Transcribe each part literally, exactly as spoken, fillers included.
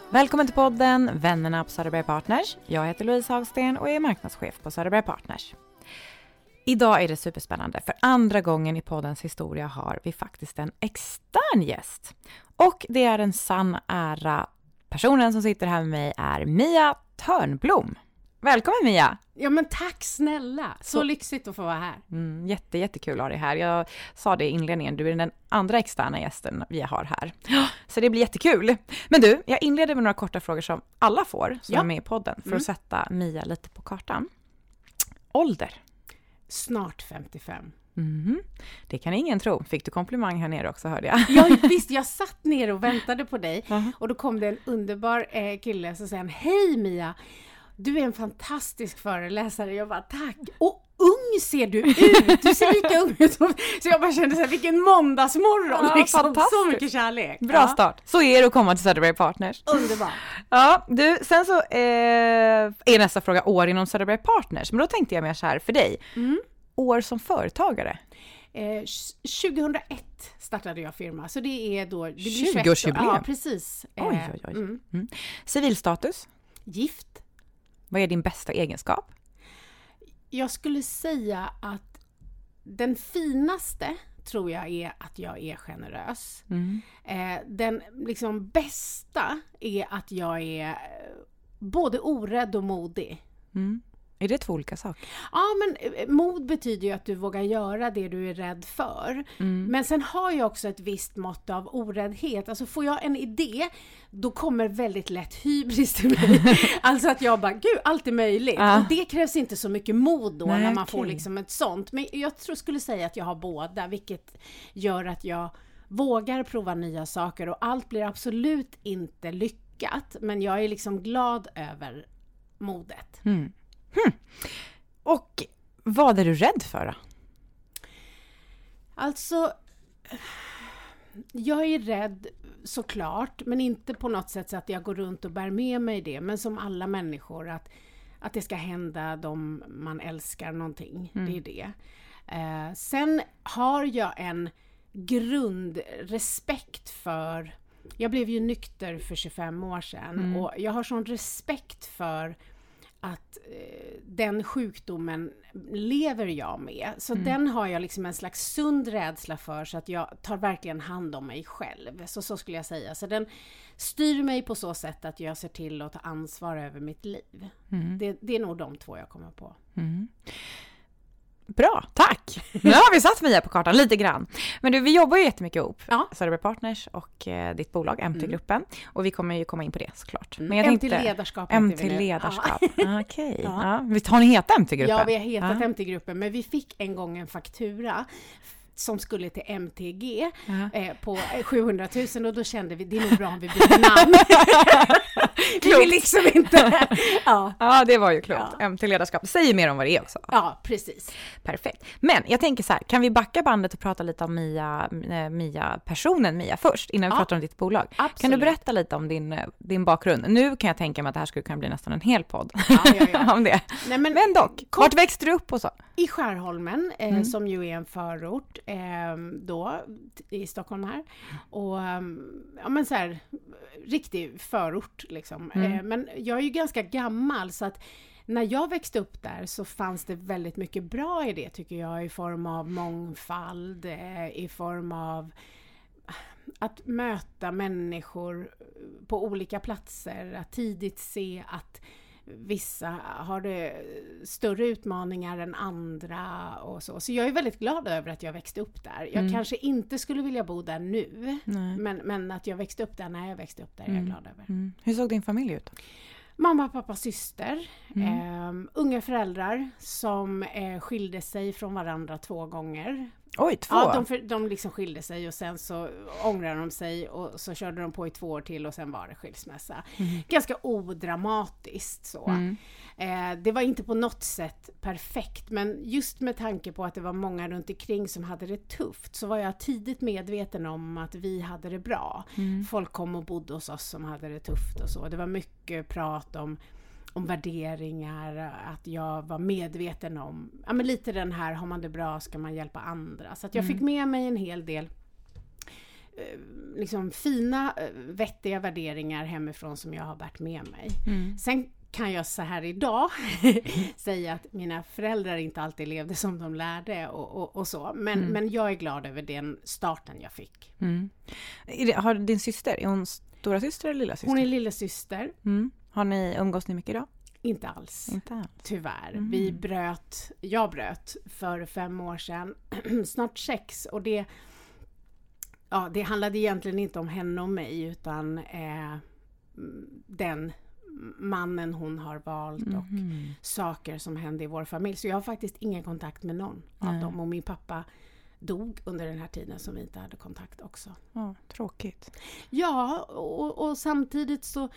Välkommen till podden Vännerna på Söderberg Partners. Jag heter Louise Hagsten och är marknadschef på Söderberg Partners. Idag är det superspännande. För andra gången i poddens historia har vi faktiskt en extern gäst. Och det är en sann ära. Personen som sitter här med mig är Mia Törnblom. Välkommen Mia! Ja men tack snälla, så, så lyxigt att få vara här. Mm, jätte, jättekul att ha dig här. Jag sa det i inledningen, du är den andra externa gästen vi har här. Så det blir jättekul. Men du, jag inleder med några korta frågor som alla får som ja. är med i podden. För mm. att sätta Mia lite på kartan. Ålder? Snart femtiofem. Mm. Det kan ingen tro. Fick du komplimang här nere också, hörde jag. Ja visst, jag satt ner och väntade på dig. Uh-huh. Och då kom det en underbar eh, kille och sa: hej Mia! Du är en fantastisk föreläsare. Jag bara, tack. Och ung ser du ut. Du ser lika ung ut. Så jag bara kände så här, vilken måndagsmorgon. Ja, liksom. Så mycket kärlek. Bra ja. start. Så är det att komma till Söderberg Partners. Underbart. Ja, du, sen så eh, är nästa fråga år inom Söderberg Partners. Men då tänkte jag mer så här för dig. Mm. År som företagare. Eh, tjugohundraett startade jag firma. Så det är då... Det blir tjugoårsjubileum. Ja, precis. Oj, oj, oj. Mm. Mm. Civilstatus? Gift. Vad är din bästa egenskap? Jag skulle säga att den finaste tror jag är att jag är generös. Mm. Eh, den liksom bästa är att jag är både orädd och modig. Mm. Är det två olika saker? Ja, men mod betyder ju att du vågar göra det du är rädd för. Mm. Men sen har jag också ett visst mått av oräddhet. Alltså får jag en idé, då kommer väldigt lätt hybris till mig. Alltså att jag bara, gud, allt är möjligt. Ah. Och det krävs inte så mycket mod då. Nej, när man okay. får liksom ett sånt. Men jag tror skulle säga att jag har båda, vilket gör att jag vågar prova nya saker. Och allt blir absolut inte lyckat. Men jag är liksom glad över modet. Mm. Hmm. Och vad är du rädd för då? Alltså, jag är rädd såklart, men inte på något sätt så att jag går runt och bär med mig det. Men som alla människor, att, att det ska hända dem man älskar någonting. Mm. Det är det. Eh, sen har jag en grundrespekt för... Jag blev ju nykter för tjugofem år sedan. Mm. Och jag har sån respekt för... att eh, den sjukdomen lever jag med. Så mm. den har jag liksom en slags sund rädsla för, så att jag tar verkligen hand om mig själv. Så, så skulle jag säga. Så den styr mig på så sätt att jag ser till att ta ansvar över mitt liv. Mm. Det, det är nog de två jag kommer på. Mm. Bra, tack! Nu har vi satt Mia på kartan lite grann. Men du, vi jobbar ju jättemycket ihop. Ja. Söderberg Partners och eh, ditt bolag M T-gruppen. Mm. Och vi kommer ju komma in på det såklart. Men jag M T-ledarskap. M T-ledarskap. Ja. Okej. Okay. Ja. Ja. Har ni hetat M T-gruppen? Ja, vi har hetat ja. M T-gruppen. Men vi fick en gång en faktura som skulle till M T G eh, på sjuhundratusen, och då kände vi, det är nog bra om vi byter namn. Vi vill liksom inte. Ja. Ja, det var ju klokt. Ja. M T-ledarskap. Det säger mer om vad det är också. Ja, precis. Perfekt. Men jag tänker så här, kan vi backa bandet och prata lite om Mia, Mia personen Mia först, innan vi ja. pratar om ditt bolag? Absolut. Kan du berätta lite om din, din bakgrund? Nu kan jag tänka mig att det här skulle kunna bli nästan en hel podd ja, ja, ja. om det. Nej, men, men dock, kom... vart växte du upp och så? I Skärholmen, eh, mm. som ju är en förort eh, då i Stockholm här. Och ja, men så här, riktig förort liksom. Mm. Eh, men jag är ju ganska gammal, så att när jag växte upp där så fanns det väldigt mycket bra i det, tycker jag, i form av mångfald, eh, i form av att möta människor på olika platser, att tidigt se att vissa har det större utmaningar än andra och så. Så jag är väldigt glad över att jag växte upp där. Jag mm. kanske inte skulle vilja bo där nu, men, men att jag växte upp där när jag växte upp där mm. är jag glad över. Mm. Hur såg din familj ut? Mamma, pappa, syster. Mm. Eh, unga föräldrar som eh, skilde sig från varandra två gånger. Oj, två? Ja, de, de liksom skilde sig och sen så ångrade de sig och så körde de på i två år till och sen var det skilsmässa. Mm. Ganska odramatiskt så. Mm. Eh, det var inte på något sätt perfekt, men just med tanke på att det var många runt omkring som hade det tufft, så var jag tidigt medveten om att vi hade det bra. Mm. Folk kom och bodde hos oss som hade det tufft och så. Det var mycket prat om om värderingar, att jag var medveten om, ja men lite den här, har man det bra ska man hjälpa andra. Så att jag mm. fick med mig en hel del liksom fina, vettiga värderingar hemifrån som jag har bärt med mig. Mm. Sen kan jag så här idag säga att mina föräldrar inte alltid levde som de lärde och, och, och så. Men, mm. men jag är glad över den starten jag fick. Mm. Har din syster, är hon stora syster eller lilla syster? Hon är lilla syster. Mm. Har ni, umgås ni mycket idag? Inte alls. Inte alls. Tyvärr. Mm. Vi bröt, jag bröt för fem år sedan, snart sex. Och det, ja, det handlade egentligen inte om henne och mig utan eh, den mannen hon har valt och mm. saker som hände i vår familj. Så jag har faktiskt ingen kontakt med någon Nej. av dem. Och min pappa dog under den här tiden som vi inte hade kontakt också. Ja, tråkigt. Ja, och, och samtidigt så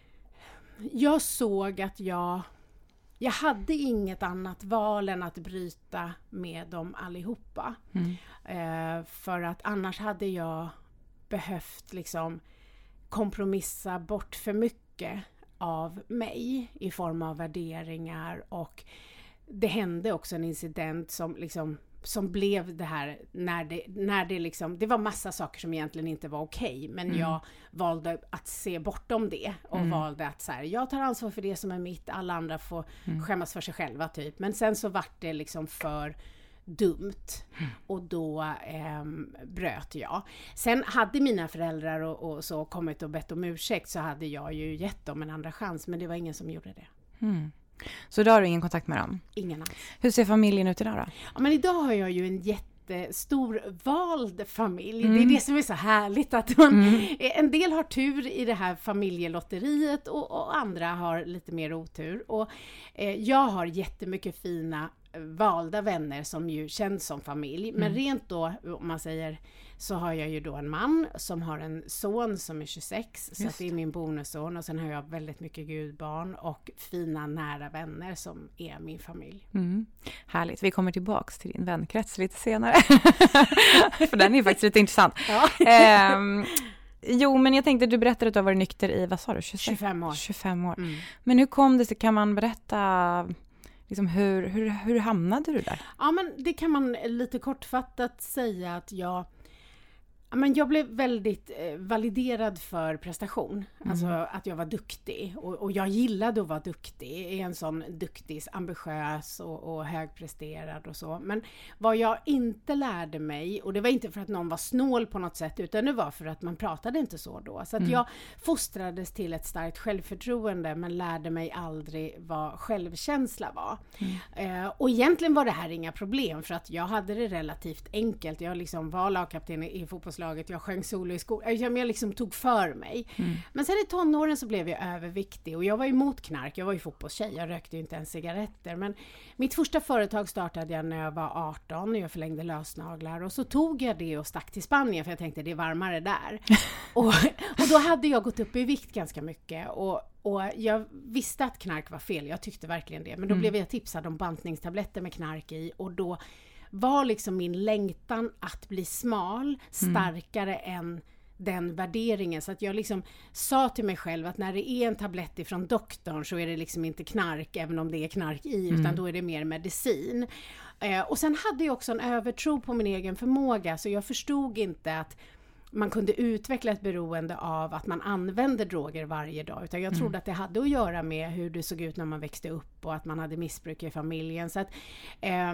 jag såg att jag jag hade inget annat val än att bryta med dem allihopa. Mm. Eh, för att annars hade jag behövt liksom kompromissa bort för mycket av mig i form av värderingar, och det hände också en incident som liksom som blev det här när det, när det liksom, det var massa saker som egentligen inte var okej, men mm. jag valde att se bortom det och mm. valde att så här, jag tar ansvar för det som är mitt, alla andra får mm. skämmas för sig själva typ, men sen så vart det liksom för dumt mm. och då eh, bröt jag. Sen hade mina föräldrar och, och så kommit och bett om ursäkt, så hade jag ju gett dem en andra chans, men det var ingen som gjorde det. Mm. Så då har du ingen kontakt med dem? Ingen alls. Hur ser familjen ut idag då? Ja, men idag har jag ju en jättestor vald familj. Mm. Det är det som är så härligt, att man, mm. en del har tur i det här familjelotteriet och, och andra har lite mer otur. Och eh, jag har jättemycket fina valda vänner som ju känns som familj. Men mm. rent då, om man säger, så har jag ju då en man som har en son som är tjugosex. Just. Så att det är min bonusson. Och sen har jag väldigt mycket gudbarn och fina nära vänner som är min familj. Mm. Härligt. Vi kommer tillbaks till din vänkrets lite senare. För den är ju faktiskt lite intressant. Ja. ehm, jo, men jag tänkte, du berättade att du har varit nykter i, vad sa du? tjugosex? tjugofem år. tjugofem år. Mm. Mm. Men hur kom det sig? Kan man berätta... Liksom hur, hur, hur hamnade du där? Ja, men det kan man lite kortfattat säga att jag... Ja, men jag blev väldigt eh, validerad för prestation. Mm. Alltså att jag var duktig. Och, och jag gillade att vara duktig. Jag är en sån duktig, ambitiös och, och högpresterad och så. Men vad jag inte lärde mig, och det var inte för att någon var snål på något sätt, utan det var för att man pratade inte så då. Så att mm. jag fostrades till ett starkt självförtroende, men lärde mig aldrig vad självkänsla var. Mm. Eh, och egentligen var det här inga problem, för att jag hade det relativt enkelt. Jag liksom var lagkapten i, i fotbollslaget. Jag sjöng solo i skolan. Jag liksom tog för mig. Mm. Men sen i tonåren så blev jag överviktig. Och jag var emot knark. Jag var ju fotbollstjej. Jag rökte ju inte ens cigaretter. Men mitt första företag startade jag när jag var arton. Och jag förlängde lösnaglar. Och så tog jag det och stack till Spanien. För jag tänkte, det är varmare där. och, och då hade jag gått upp i vikt ganska mycket. Och Och jag visste att knark var fel. Jag tyckte verkligen det. Men då mm. blev jag tipsad om bantningstabletter med knark i. Och då var liksom min längtan att bli smal starkare mm. än den värderingen. Så att jag liksom sa till mig själv att när det är en tablett ifrån doktorn så är det liksom inte knark, även om det är knark i, utan mm. då är det mer medicin. Eh, och sen hade jag också en övertro på min egen förmåga, så jag förstod inte att man kunde utveckla ett beroende av att man använde droger varje dag. Utan jag trodde mm. att det hade att göra med hur det såg ut när man växte upp och att man hade missbruk i familjen. Så att eh,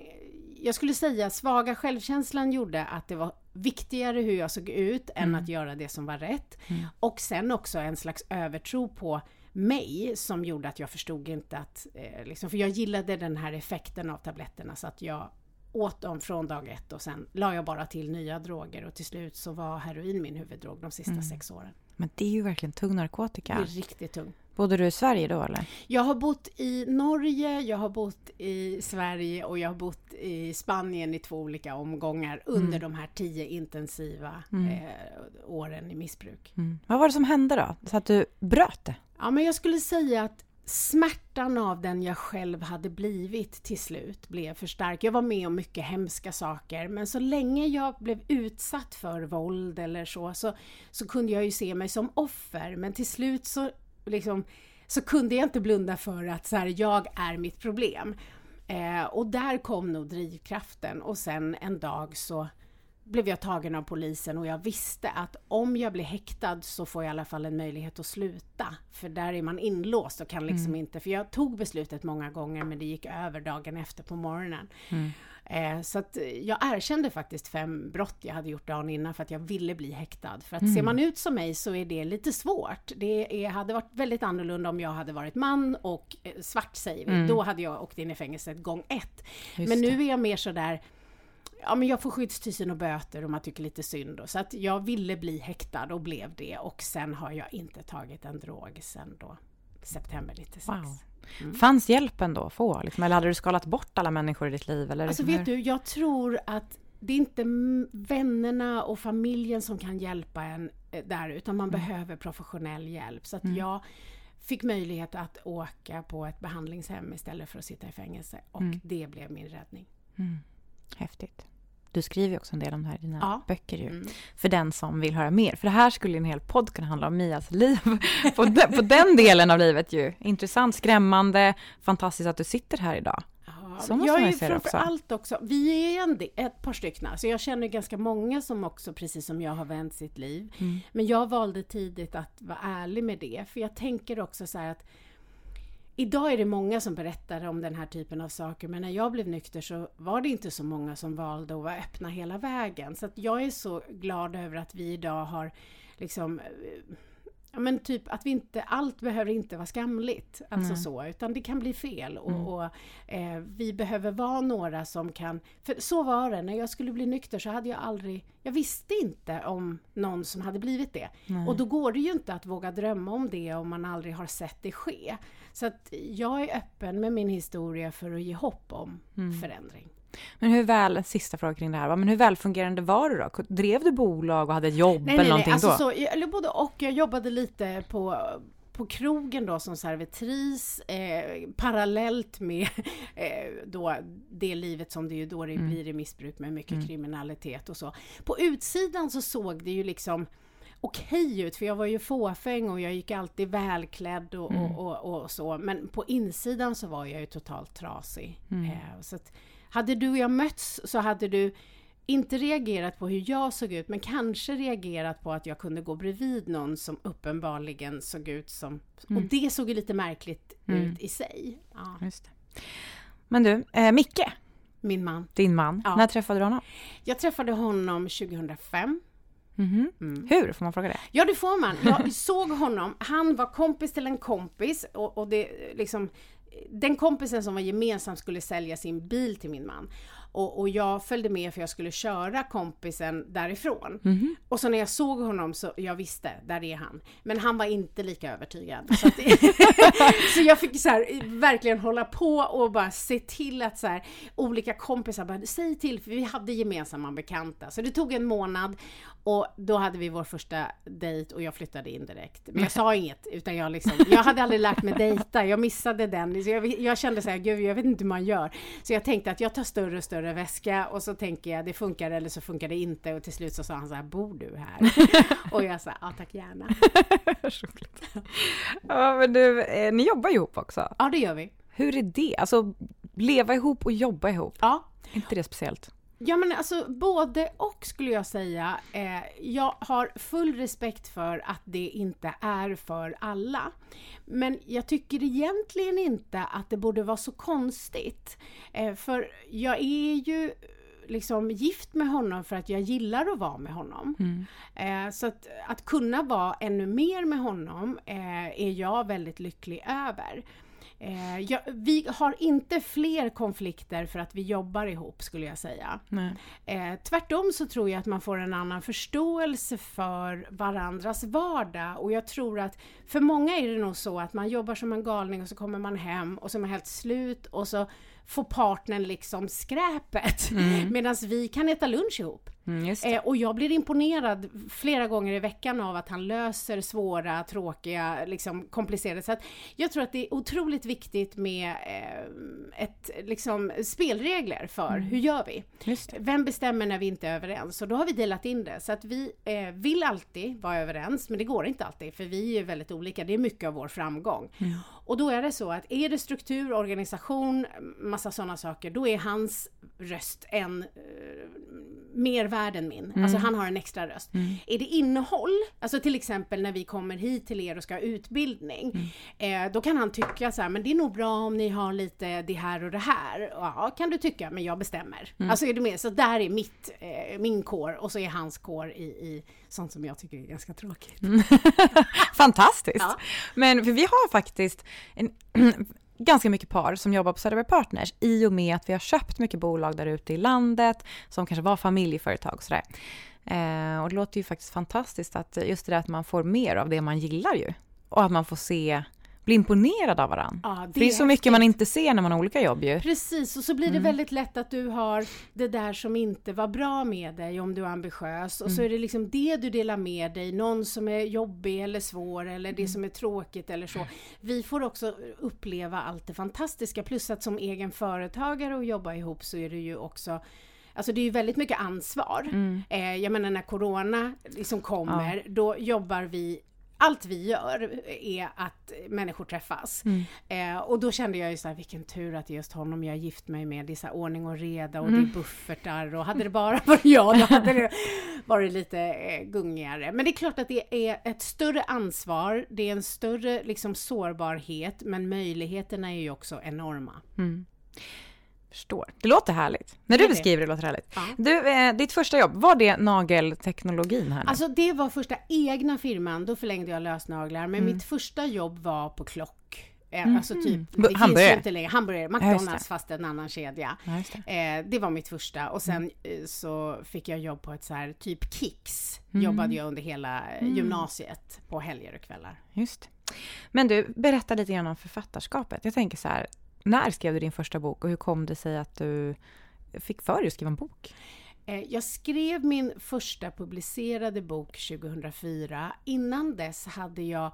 jag skulle säga svaga självkänslan gjorde att det var viktigare hur jag såg ut mm. än att göra det som var rätt. Mm. Och sen också en slags övertro på mig som gjorde att jag förstod inte att, eh, liksom, för jag gillade den här effekten av tabletterna, så att jag åt dem från dag ett och sen la jag bara till nya droger, och till slut så var heroin min huvuddrog de sista mm. sex åren. Men det är ju verkligen tung narkotika. Det är riktigt tung. Bodde du i Sverige då eller? Jag har bott i Norge, jag har bott i Sverige och jag har bott i Spanien i två olika omgångar under mm. de här tio intensiva mm. eh, åren i missbruk. Mm. Vad var det som hände då? Så att du bröt det? Ja, men jag skulle säga att smärtan av den jag själv hade blivit till slut blev för stark. Jag var med om mycket hemska saker, men så länge jag blev utsatt för våld eller så, så, så kunde jag ju se mig som offer. Men till slut så, liksom, så kunde jag inte blunda för att så här, jag är mitt problem. Eh, och där kom nog drivkraften, och sen en dag så blev jag tagen av polisen och jag visste att om jag blir häktad så får jag i alla fall en möjlighet att sluta. För där är man inlåst och kan liksom mm. inte, för jag tog beslutet många gånger men det gick över dagen efter på morgonen. Mm. Eh, så att jag erkände faktiskt fem brott jag hade gjort dagen innan för att jag ville bli häktad. För att mm. ser man ut som mig så är det lite svårt. Det är, hade varit väldigt annorlunda om jag hade varit man och eh, svart säger vi. Mm. Då hade jag åkt in i fängelset gång ett. Just men nu är jag mer så där, ja men jag får skyddstillsyn och böter och man tycker lite synd då. Så att jag ville bli häktad och blev det. Och sen har jag inte tagit en drog sen då, september nittiosex. Wow. Mm. Fanns hjälpen då att få? Liksom, eller hade du skalat bort alla människor i ditt liv? Eller alltså vet du, jag tror att det är inte vännerna och familjen som kan hjälpa en där, utan man mm. behöver professionell hjälp. Så att mm. jag fick möjlighet att åka på ett behandlingshem istället för att sitta i fängelse. Och mm. det blev min räddning. Mm. Häftigt. Du skriver också en del om det här i dina ja. böcker ju. Mm. För den som vill höra mer. För det här skulle en hel podd kunna handla om Mias liv. på, de, på den delen av livet ju. Intressant, skrämmande, fantastiskt att du sitter här idag. Ja, så jag är framför allt också. Vi är en, ett par stycken. Så jag känner ganska många som också, precis som jag, har vänt sitt liv. Mm. Men jag valde tidigt att vara ärlig med det. För jag tänker också så här att idag är det många som berättar om den här typen av saker, men när jag blev nykter så var det inte så många som valde att vara öppna hela vägen. Så att jag är så glad över att vi idag har liksom, ja men typ att vi inte, allt behöver inte vara skamligt, alltså mm. så, utan det kan bli fel och, mm. och eh, vi behöver vara några som kan, för så var det, när jag skulle bli nykter så hade jag aldrig, jag visste inte om någon som hade blivit det. Nej. Och då går det ju inte att våga drömma om det om man aldrig har sett det ske. Så att jag är öppen med min historia för att ge hopp om mm. förändring. Men hur väl, sista frågan kring det här, men hur väl fungerande var du då? Drev du bolag och hade ett jobb nej, eller nej, någonting nej. Alltså då? Så, eller både och, jag jobbade lite på, på krogen då som servitris eh, parallellt med eh, då det livet som det ju då det mm. blir i missbruk med mycket mm. kriminalitet och så. På utsidan så såg det ju liksom okej ut, för jag var ju fåfäng och jag gick alltid välklädd och, mm. och, och, och så, men på insidan så var jag ju totalt trasig. Mm. Eh, så att hade du och jag mötts så hade du inte reagerat på hur jag såg ut, men kanske reagerat på att jag kunde gå bredvid någon som uppenbarligen såg ut som, mm. och det såg ju lite märkligt mm. ut i sig. Ja. Just det. Men du, eh, Micke, min man. Din man, ja. När träffade du honom? Jag träffade honom tjugohundrafem. Mm-hmm. Mm. Hur får man fråga det? Ja, det får man. Jag såg honom, han var kompis till en kompis och, och det liksom, den kompisen som var gemensam skulle sälja sin bil till min man. Och, och jag följde med för jag skulle köra kompisen därifrån. Mm-hmm. Och så när jag såg honom så jag visste, där är han. Men han var inte lika övertygad. Så, att, så jag fick så här, verkligen hålla på och bara se till att så här, olika kompisar bara, säg till, för vi hade gemensamma bekanta. Så det tog en månad och då hade vi vår första dejt och jag flyttade in direkt. Men jag sa inget, utan jag liksom, jag hade aldrig lärt mig dejta. Jag missade den. Så jag, jag kände så här, gud, jag vet inte hur man gör. Så jag tänkte att jag tar större och större väska och så tänker jag det funkar eller så funkar det inte, och till slut så sa han så här, bor du här? Och jag sa, ja tack gärna. Ja, men du, eh, ni jobbar ihop också. Ja, det gör vi. Hur är det? Alltså leva ihop och jobba ihop. Ja. Är inte det speciellt? Ja, men alltså både och skulle jag säga. Eh, jag har full respekt för att det inte är för alla. Men jag tycker egentligen inte att det borde vara så konstigt. Eh, för jag är ju liksom gift med honom för att jag gillar att vara med honom. Mm. Eh, så att, att kunna vara ännu mer med honom eh, är jag väldigt lycklig över. Eh, ja, vi har inte fler konflikter för att vi jobbar ihop, skulle jag säga. Eh, tvärtom så tror jag att man får en annan förståelse för varandras vardag. Och jag tror att för många är det nog så att man jobbar som en galning och så kommer man hem och så är man helt slut och så får partnern liksom skräpet. Mm. Medan vi kan äta lunch ihop. Mm, eh, och jag blir imponerad flera gånger i veckan av att han löser svåra, tråkiga, liksom komplicerade. Så att jag tror att det är otroligt viktigt med eh, ett, liksom, spelregler för mm. hur gör vi? Just det. Vem bestämmer när vi inte är överens? Och då har vi delat in det. Så att vi eh, vill alltid vara överens, men det går inte alltid. För vi är väldigt olika. Det är mycket av vår framgång. Mm. Och då är det så att är det struktur, organisation, massa sådana saker, då är hans röst en eh, mer värd än min. Mm. Alltså han har en extra röst. Mm. Är det innehåll, alltså till exempel när vi kommer hit till er och ska ha utbildning, mm. eh, då kan han tycka så här, men det är nog bra om ni har lite det här och det här. Ja, kan du tycka, men jag bestämmer. Mm. Alltså är du med? Så där är mitt, eh, min kår och så är hans kår i, i sånt som jag tycker är ganska tråkigt. Mm. Fantastiskt! Ja. Men för vi har faktiskt en ganska mycket par som jobbar på Söderberg Partners i och med att vi har köpt mycket bolag där ute i landet som kanske var familjeföretag och sådär. Eh, och det låter ju faktiskt fantastiskt att just det där att man får mer av det man gillar ju. Och att man får se, bli imponerad av varandra. Ja, det, för det är så mycket häftigt man inte ser när man har olika jobb ju. Precis, och så blir det mm. väldigt lätt att du har det där som inte var bra med dig om du är ambitiös. Och mm. så är det liksom det du delar med dig, någon som är jobbig eller svår eller det mm. som är tråkigt eller så. Vi får också uppleva allt det fantastiska, plus att som egen företagare och jobba ihop så är det ju också... Alltså det är ju väldigt mycket ansvar. Mm. Eh, jag menar när corona liksom kommer, ja. Då jobbar vi... Allt vi gör är att människor träffas. Mm. Eh, och då kände jag ju så här, vilken tur att just honom jag gift mig med. Det är så här ordning och reda och mm. det är buffertar. Och hade det bara varit jag, då hade det varit lite eh, gungigare. Men det är klart att det är ett större ansvar. Det är en större liksom, sårbarhet. Men möjligheterna är ju också enorma. Mm. Förstår. Det låter härligt. När du det beskriver det. det låter härligt. Ja. Du, eh, ditt första jobb, var det nagelteknologin här nu? Alltså det var första egna firman, då förlängde jag lösnaglar. Men mm. mitt första jobb var på klock. Eh, mm. Alltså typ, det hamburgare. Finns ju inte längre. Hamburgare, McDonalds fast en annan kedja. Ja, det. Eh, det var mitt första. Och sen mm. så fick jag jobb på ett så här typ Kicks. Mm. Jobbade jag under hela mm. gymnasiet på helger och kvällar. Just. Men du, berätta lite grann om författarskapet. Jag tänker så här, när skrev du din första bok och hur kom det sig att du fick för dig att skriva en bok? Jag skrev min första publicerade bok tjugohundrafyra. Innan dess hade jag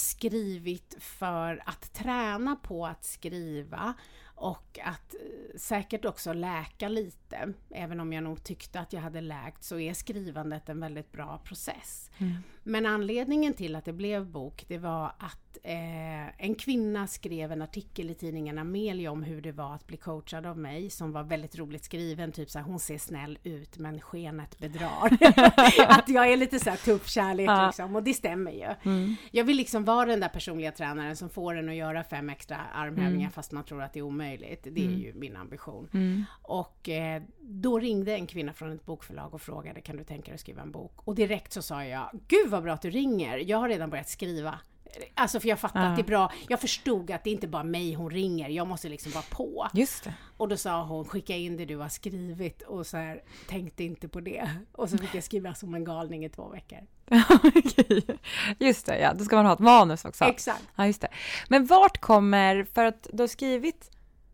skrivit för att träna på att skriva och att säkert också läka lite. Även om jag nog tyckte att jag hade läkt så är skrivandet en väldigt bra process. Mm. Men anledningen till att det blev bok, det var att eh, en kvinna skrev en artikel i tidningen Amelia om hur det var att bli coachad av mig, som var väldigt roligt skriven, typ så här, hon ser snäll ut men skenet bedrar. Att jag är lite så här tuff kärlek ja. liksom, och det stämmer ju. Mm. Jag vill liksom vara den där personliga tränaren som får en att göra fem extra armhävningar mm. fast man tror att det är omöjligt. Det är mm. ju min ambition. Mm. Och eh, då ringde en kvinna från ett bokförlag och frågade, kan du tänka dig att skriva en bok? Och direkt så sa jag, gud vad bra att du ringer. Jag har redan börjat skriva. Alltså för jag fattar uh. att det är bra. Jag förstod att det inte bara mig hon ringer. Jag måste liksom vara på. Just det. Och då sa hon, skicka in det du har skrivit. Och så här, tänkte inte på det. Och så fick jag skriva som en galning i två veckor. Okej. Just det, ja. Då ska man ha ett manus också. Exakt. Ja, just det. Men vart kommer, för att du har skrivit,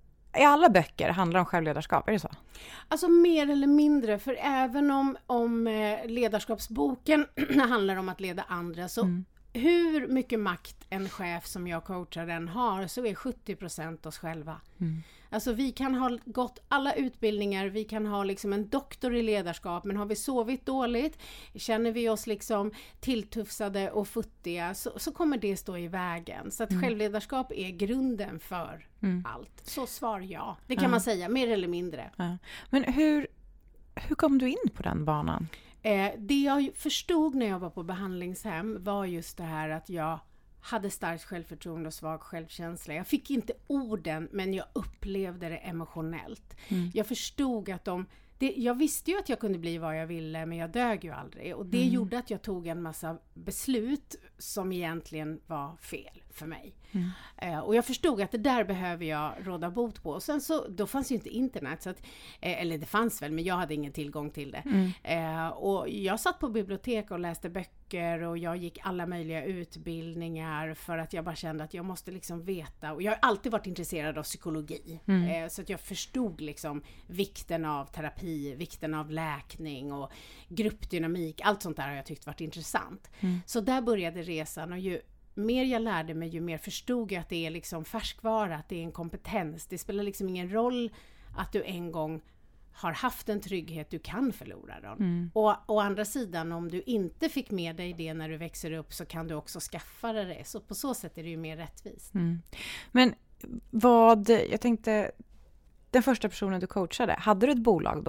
i alla böcker handlar om självledarskap, är det så? Alltså mer eller mindre, för även om, om ledarskapsboken handlar om att leda andra så mm. hur mycket makt en chef som jag coachar den har så är sjuttio procent oss själva. Mm. Alltså vi kan ha gått alla utbildningar, vi kan ha liksom en doktor i ledarskap, men har vi sovit dåligt, känner vi oss liksom tilltufsade och futtiga så, så kommer det stå i vägen. Så att mm. självledarskap är grunden för mm. allt. Så svar ja, det kan ja. man säga, mer eller mindre. Ja. Men hur, hur kom du in på den banan? Eh, det jag förstod när jag var på behandlingshem var just det här att jag hade starkt självförtroende och svag självkänsla. Jag fick inte orden, men jag upplevde det emotionellt. Mm. Jag förstod att de... Det, jag visste ju att jag kunde bli vad jag ville, men jag dög ju aldrig. Och det mm. gjorde att jag tog en massa beslut som egentligen var fel för mig. Mm. Eh, och jag förstod att det där behöver jag råda bot på. Och sen så, då fanns ju inte internet. Så att, eh, eller det fanns väl, men jag hade ingen tillgång till det. Mm. Eh, och jag satt på bibliotek och läste böcker. Och jag gick alla möjliga utbildningar. För att jag bara kände att jag måste liksom veta. Och jag har alltid varit intresserad av psykologi. Mm. Eh, så att jag förstod liksom vikten av terapi, vikten av läkning och gruppdynamik. Allt sånt där har jag tyckt varit intressant. Mm. Så där började resan, och ju mer jag lärde mig, ju mer förstod jag att det är liksom färskvara, att det är en kompetens. Det spelar liksom ingen roll att du en gång har haft en trygghet, du kan förlora den. Mm. Och å andra sidan, om du inte fick med dig det när du växer upp, så kan du också skaffa det. Så på så sätt är det ju mer rättvist. Mm. Men vad, jag tänkte, den första personen du coachade, hade du ett bolag då?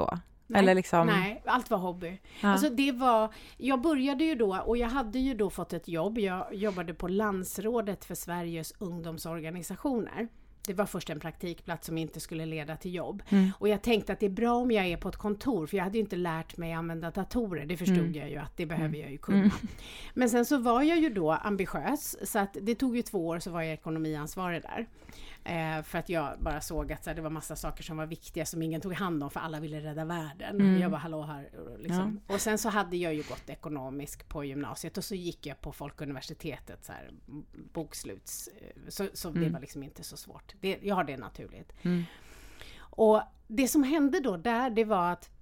Nej, Eller liksom... nej, allt var hobby. Ja. Alltså det var, jag började ju då, och jag hade ju då fått ett jobb. Jag jobbade på Landsrådet för Sveriges ungdomsorganisationer. Det var först en praktikplats som inte skulle leda till jobb. Mm. Och jag tänkte att det är bra om jag är på ett kontor. För jag hade ju inte lärt mig använda datorer. Det förstod mm. jag ju att det behöver mm. jag ju kunna. Mm. Men sen så var jag ju då ambitiös. Så att det tog ju två år så var jag ekonomiansvarig där. Eh, för att jag bara såg att så här, det var massa saker som var viktiga som ingen tog hand om. För alla ville rädda världen. Mm. Jag var hallå här. Liksom. Ja. Och sen så hade jag ju gått ekonomisk på gymnasiet. Och så gick jag på Folkuniversitetet. Så här, boksluts. Så, så mm. det var liksom inte så svårt. Det, jag har det naturligt. Mm. Och det som hände då där, det var att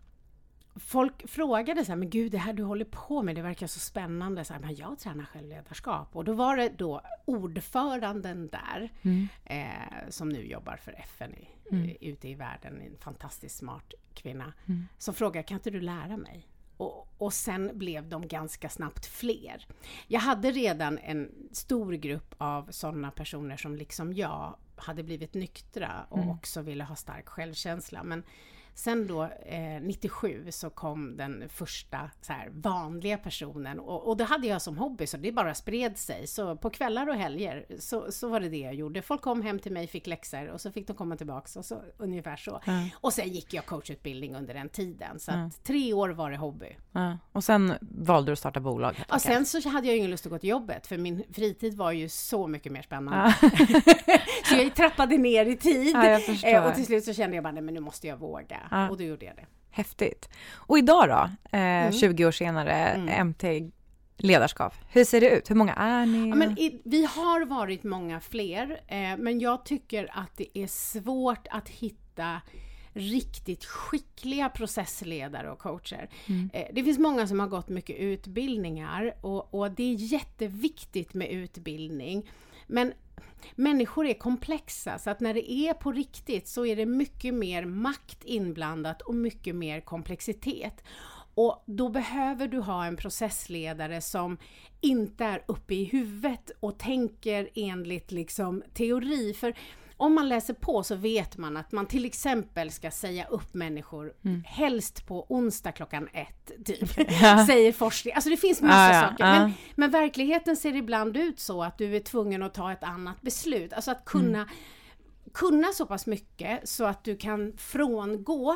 folk frågade så här, men gud, det här du håller på med, det verkar så spännande. Så här, men jag tränar självledarskap. Och då var det då ordföranden där, mm. eh, som nu jobbar för F N i, mm. ute i världen, en fantastiskt smart kvinna, mm. som frågade, kan inte du lära mig? Och, och sen blev de ganska snabbt fler. Jag hade redan en stor grupp av sådana personer som liksom jag hade blivit nyktra och mm. också ville ha stark självkänsla. Men sen då eh, nittiosju så kom den första så här, vanliga personen och, och det hade jag som hobby så det bara spred sig. Så på kvällar och helger så, så var det det jag gjorde. Folk kom hem till mig, fick läxor och så fick de komma tillbaka och så, ungefär så. Mm. Och sen gick jag coachutbildning under den tiden. Så mm. att tre år var det hobby. Mm. Och sen valde du att starta bolag? Ja, sen så hade jag ingen lust att gå till jobbet för min fritid var ju så mycket mer spännande. Ja. Så jag trappade ner i tid ja, eh, och till slut så kände jag bara, nej men nu måste jag våga. Ja. Och då gjorde jag det. Häftigt. Och idag då, eh, mm. tjugo år senare, mm. M T ledarskap. Hur ser det ut? Hur många är ni? Ja, men i, vi har varit många fler, eh, men jag tycker att det är svårt att hitta riktigt skickliga processledare och coacher. Mm. Eh, det finns många som har gått mycket utbildningar och, och det är jätteviktigt med utbildning. Men människor är komplexa så att när det är på riktigt så är det mycket mer makt inblandat och mycket mer komplexitet. Och då behöver du ha en processledare som inte är uppe i huvudet och tänker enligt liksom teori. För om man läser på så vet man att man till exempel ska säga upp människor mm. helst på onsdag klockan ett typ, ja. Säger forskning. Alltså det finns massa ja, ja, saker. Ja. Men, men verkligheten ser ibland ut så att du är tvungen att ta ett annat beslut. Alltså att kunna, mm. kunna så pass mycket så att du kan frångå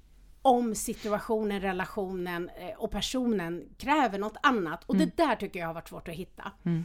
om situationen, relationen och personen kräver något annat. Och mm. det där tycker jag har varit svårt att hitta. Mm.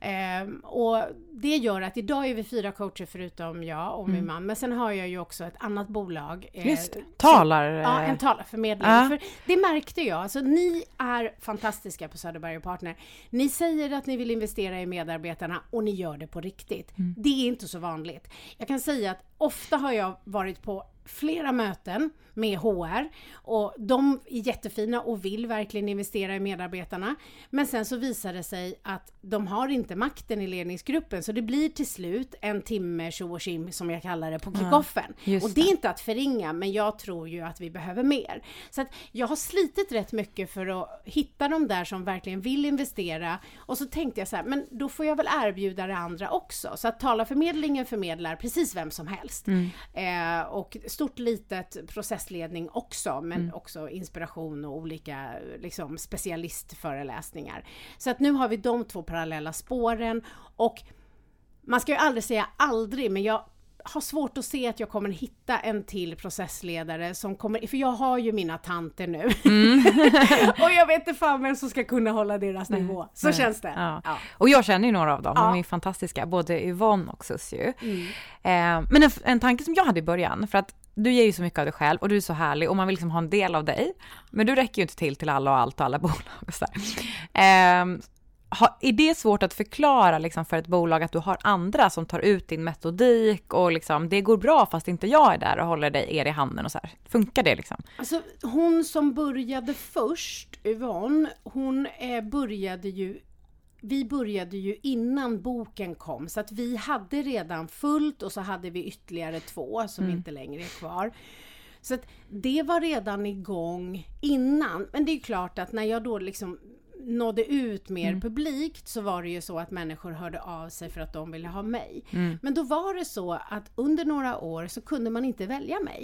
Um, och det gör att idag är vi fyra coacher förutom jag och min mm. man. Men sen har jag ju också ett annat bolag. Just eh, talar. Som, ja, en talarförmedling. Uh. För det märkte jag. Alltså, ni är fantastiska på Söderberg och Partner. Ni säger att ni vill investera i medarbetarna och ni gör det på riktigt. Mm. Det är inte så vanligt. Jag kan säga att ofta har jag varit på flera möten med H R och de är jättefina och vill verkligen investera i medarbetarna. Men sen så visar det sig att de har inte makten i ledningsgruppen så det blir till slut en timme tjo och tjim som jag kallar det på kickoffen. Ja, och det är inte att förringa men jag tror ju att vi behöver mer. Så att jag har slitit rätt mycket för att hitta de där som verkligen vill investera och så tänkte jag så här, men då får jag väl erbjuda det andra också. Så att talarförmedlingen förmedlar precis vem som helst. Mm. Eh, och stort litet processledning också men mm. också inspiration och olika liksom, specialistföreläsningar. Så att nu har vi de två parallella spåren och man ska ju aldrig säga aldrig men jag har svårt att se att jag kommer hitta en till processledare som kommer, för jag har ju mina tanter nu mm. och jag vet inte fan vem som ska kunna hålla deras Nej. nivå. Så Nej. Känns det. Ja. Ja. Och jag känner ju några av dem, ja. De är fantastiska, både Yvonne och Sussie. Mm. Eh, men en, en tanke som jag hade i början, för att du ger ju så mycket av dig själv och du är så härlig och man vill liksom ha en del av dig. Men du räcker ju inte till till alla och allt och alla bolag och så där. Eh, ha, är det svårt att förklara liksom för ett bolag att du har andra som tar ut din metodik och liksom, det går bra fast inte jag är där och håller dig er i handen och så här. Funkar det liksom? Alltså hon som började först, Yvonne, hon eh, började ju Vi började ju innan boken kom så att vi hade redan fullt och så hade vi ytterligare två som mm. inte längre är kvar. Så att det var redan igång innan. Men det är klart att när jag då liksom nådde ut mer mm. publikt så var det ju så att människor hörde av sig för att de ville ha mig. Mm. Men då var det så att under några år så kunde man inte välja mig.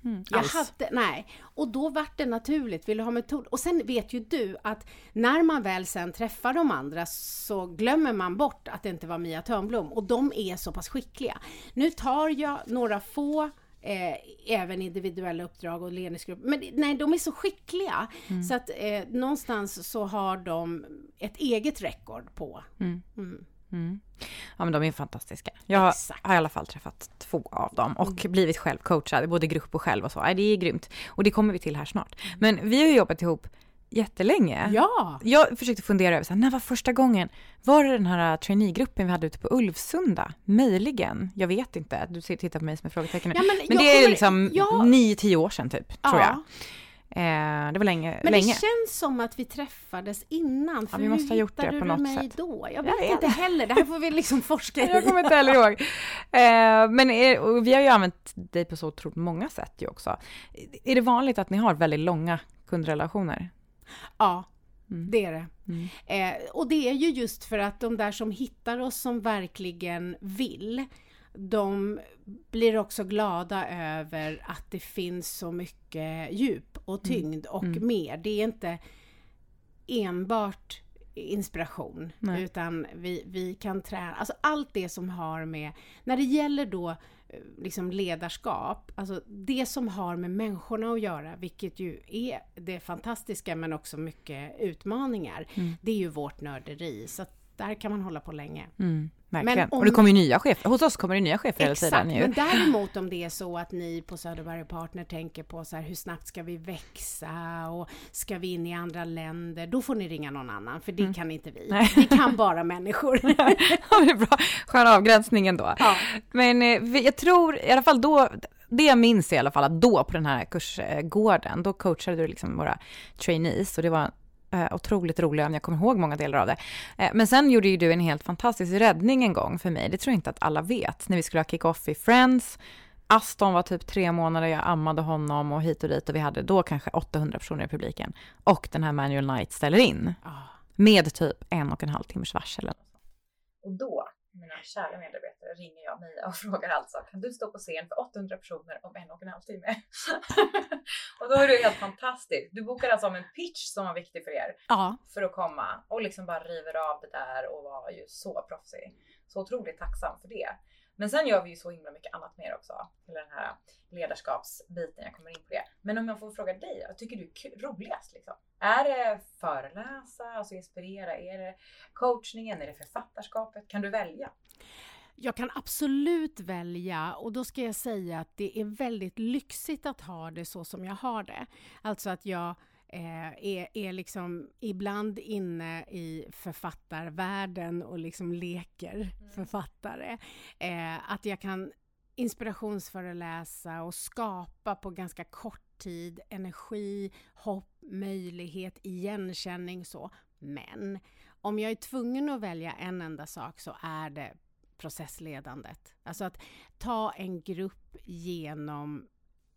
Mm, jag hade, nej. Och då var det naturligt, vill du ha metod? Och sen vet ju du att när man väl sen träffar de andra så glömmer man bort att det inte var Mia Törnblom. Och de är så pass skickliga. Nu tar jag några få Eh, även individuella uppdrag och ledningsgrupp. Men nej, de är så skickliga mm. så att eh, någonstans så har de ett eget rekord på. Mm. Mm. Mm. Ja, men de är fantastiska. Jag Exakt. har i alla fall träffat två av dem och mm. blivit själv coachad, både grupp och själv och så. Nej, det är grymt. Och det kommer vi till här snart. Men vi har ju jobbat ihop jättelänge. Ja. Jag försökte fundera över så här, när var första gången? Var det den här trainee-gruppen vi hade ute på Ulvsunda? Möjligen. Jag vet inte. Du tittar på mig som en frågetecken. Ja, men men det är kommer, liksom ja. nio, tio år sedan typ, ja. tror jag. Eh, det var länge. Men länge. det känns som att vi träffades innan. För ja, vi måste ha gjort det på något mig sätt. Då? Jag vet, jag vet inte heller. Det här får vi liksom forska i. Jag kommer inte heller ihåg. Eh, men är, och vi har ju använt dig på så otroligt många sätt ju också. Är det vanligt att ni har väldigt långa kundrelationer? Ja, mm. det är det. Mm. Eh, och det är ju just för att de där som hittar oss som verkligen vill, de blir också glada över att det finns så mycket djup och tyngd mm. och mm. mer. Det är inte enbart inspiration Nej. utan vi, vi kan träna, alltså allt det som har med, när det gäller då liksom ledarskap, alltså det som har med människorna att göra, vilket ju är det fantastiska men också mycket utmaningar, mm. det är ju vårt nörderi, så att där kan man hålla på länge. Mm, verkligen. Om, och det kommer ju nya chefer. Hos oss kommer det nya chefer hela tiden. Exakt, men däremot om det är så att ni på Söderberg Partner tänker på så här, hur snabbt ska vi växa och ska vi in i andra länder, då får ni ringa någon annan, för det mm. kan inte vi. Nej. Vi kan bara människor. Ja, det är bra. Skön avgränsning ändå. Ja. Men eh, jag tror i alla fall då, det jag minns i alla fall att då på den här kursgården, då coachade du liksom våra trainees och det var Uh, otroligt rolig, om jag kommer ihåg många delar av det. Uh, men sen gjorde ju du en helt fantastisk räddning en gång för mig. Det tror jag inte att alla vet. När vi skulle ha kick-off i Friends. Aston var typ tre månader, jag ammade honom och hit och dit. Och vi hade då kanske åttahundra personer i publiken. Och den här Manual Night ställer in. Oh. Med typ en och en halv timmars varsel. Och då, mina kära medarbetare, ringer jag Mia och frågar alltså, kan du stå på scen för åttahundra personer om en och en halv timme? Och då är det helt fantastiskt. Du bokar alltså om en pitch som var viktig för er. Ja. För att komma och liksom bara river av det där och var ju så proffsig. Så otroligt tacksam för det. Men sen gör vi ju så himla mycket annat mer också. Till den här ledarskapsbiten, jag kommer in på det. Men om jag får fråga dig, vad tycker du är roligast liksom? Är det föreläsa, alltså inspirera? Är det coachningen? Är det författarskapet? Kan du välja? Jag kan absolut välja, och då ska jag säga att det är väldigt lyxigt att ha det så som jag har det. Alltså att jag eh, är, är liksom ibland inne i författarvärlden och liksom leker mm. författare. Eh, att jag kan inspirationsföreläsa och skapa på ganska kort tid energi, hopp, möjlighet, igenkänning så. Men om jag är tvungen att välja en enda sak så är det processledandet. Alltså att ta en grupp genom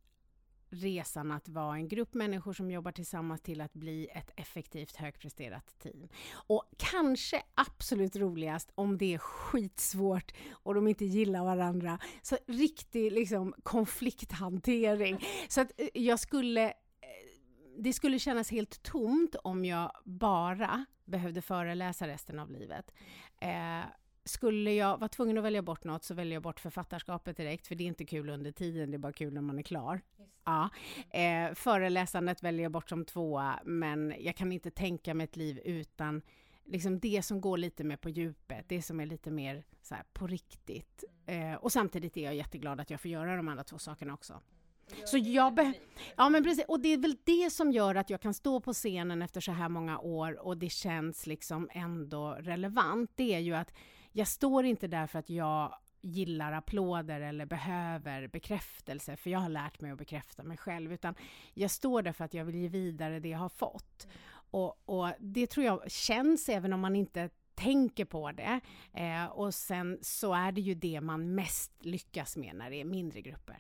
resan att vara en grupp människor som jobbar tillsammans till att bli ett effektivt högpresterat team. Och kanske absolut roligast om det är skitsvårt och de inte gillar varandra. Så riktig liksom konflikthantering. Så att jag skulle det skulle kännas helt tomt om jag bara behövde föreläsa resten av livet. Eh, Skulle jag vara tvungen att välja bort något så väljer jag bort författarskapet direkt, för det är inte kul under tiden, det är bara kul när man är klar. Ja. Eh, föreläsandet väljer jag bort som tvåa, men jag kan inte tänka mig ett liv utan liksom det som går lite mer på djupet, det som är lite mer så här, på riktigt. Eh, och samtidigt är jag jätteglad att jag får göra de andra två sakerna också. Så jag be- ja men precis, och det är väl det som gör att jag kan stå på scenen efter så här många år och det känns liksom ändå relevant. Det är ju att jag står inte där för att jag gillar applåder eller behöver bekräftelse, för jag har lärt mig att bekräfta mig själv, utan jag står där för att jag vill ge vidare det jag har fått. Och, och det tror jag känns även om man inte tänker på det. Eh, och sen så är det ju det man mest lyckas med när det är mindre grupper.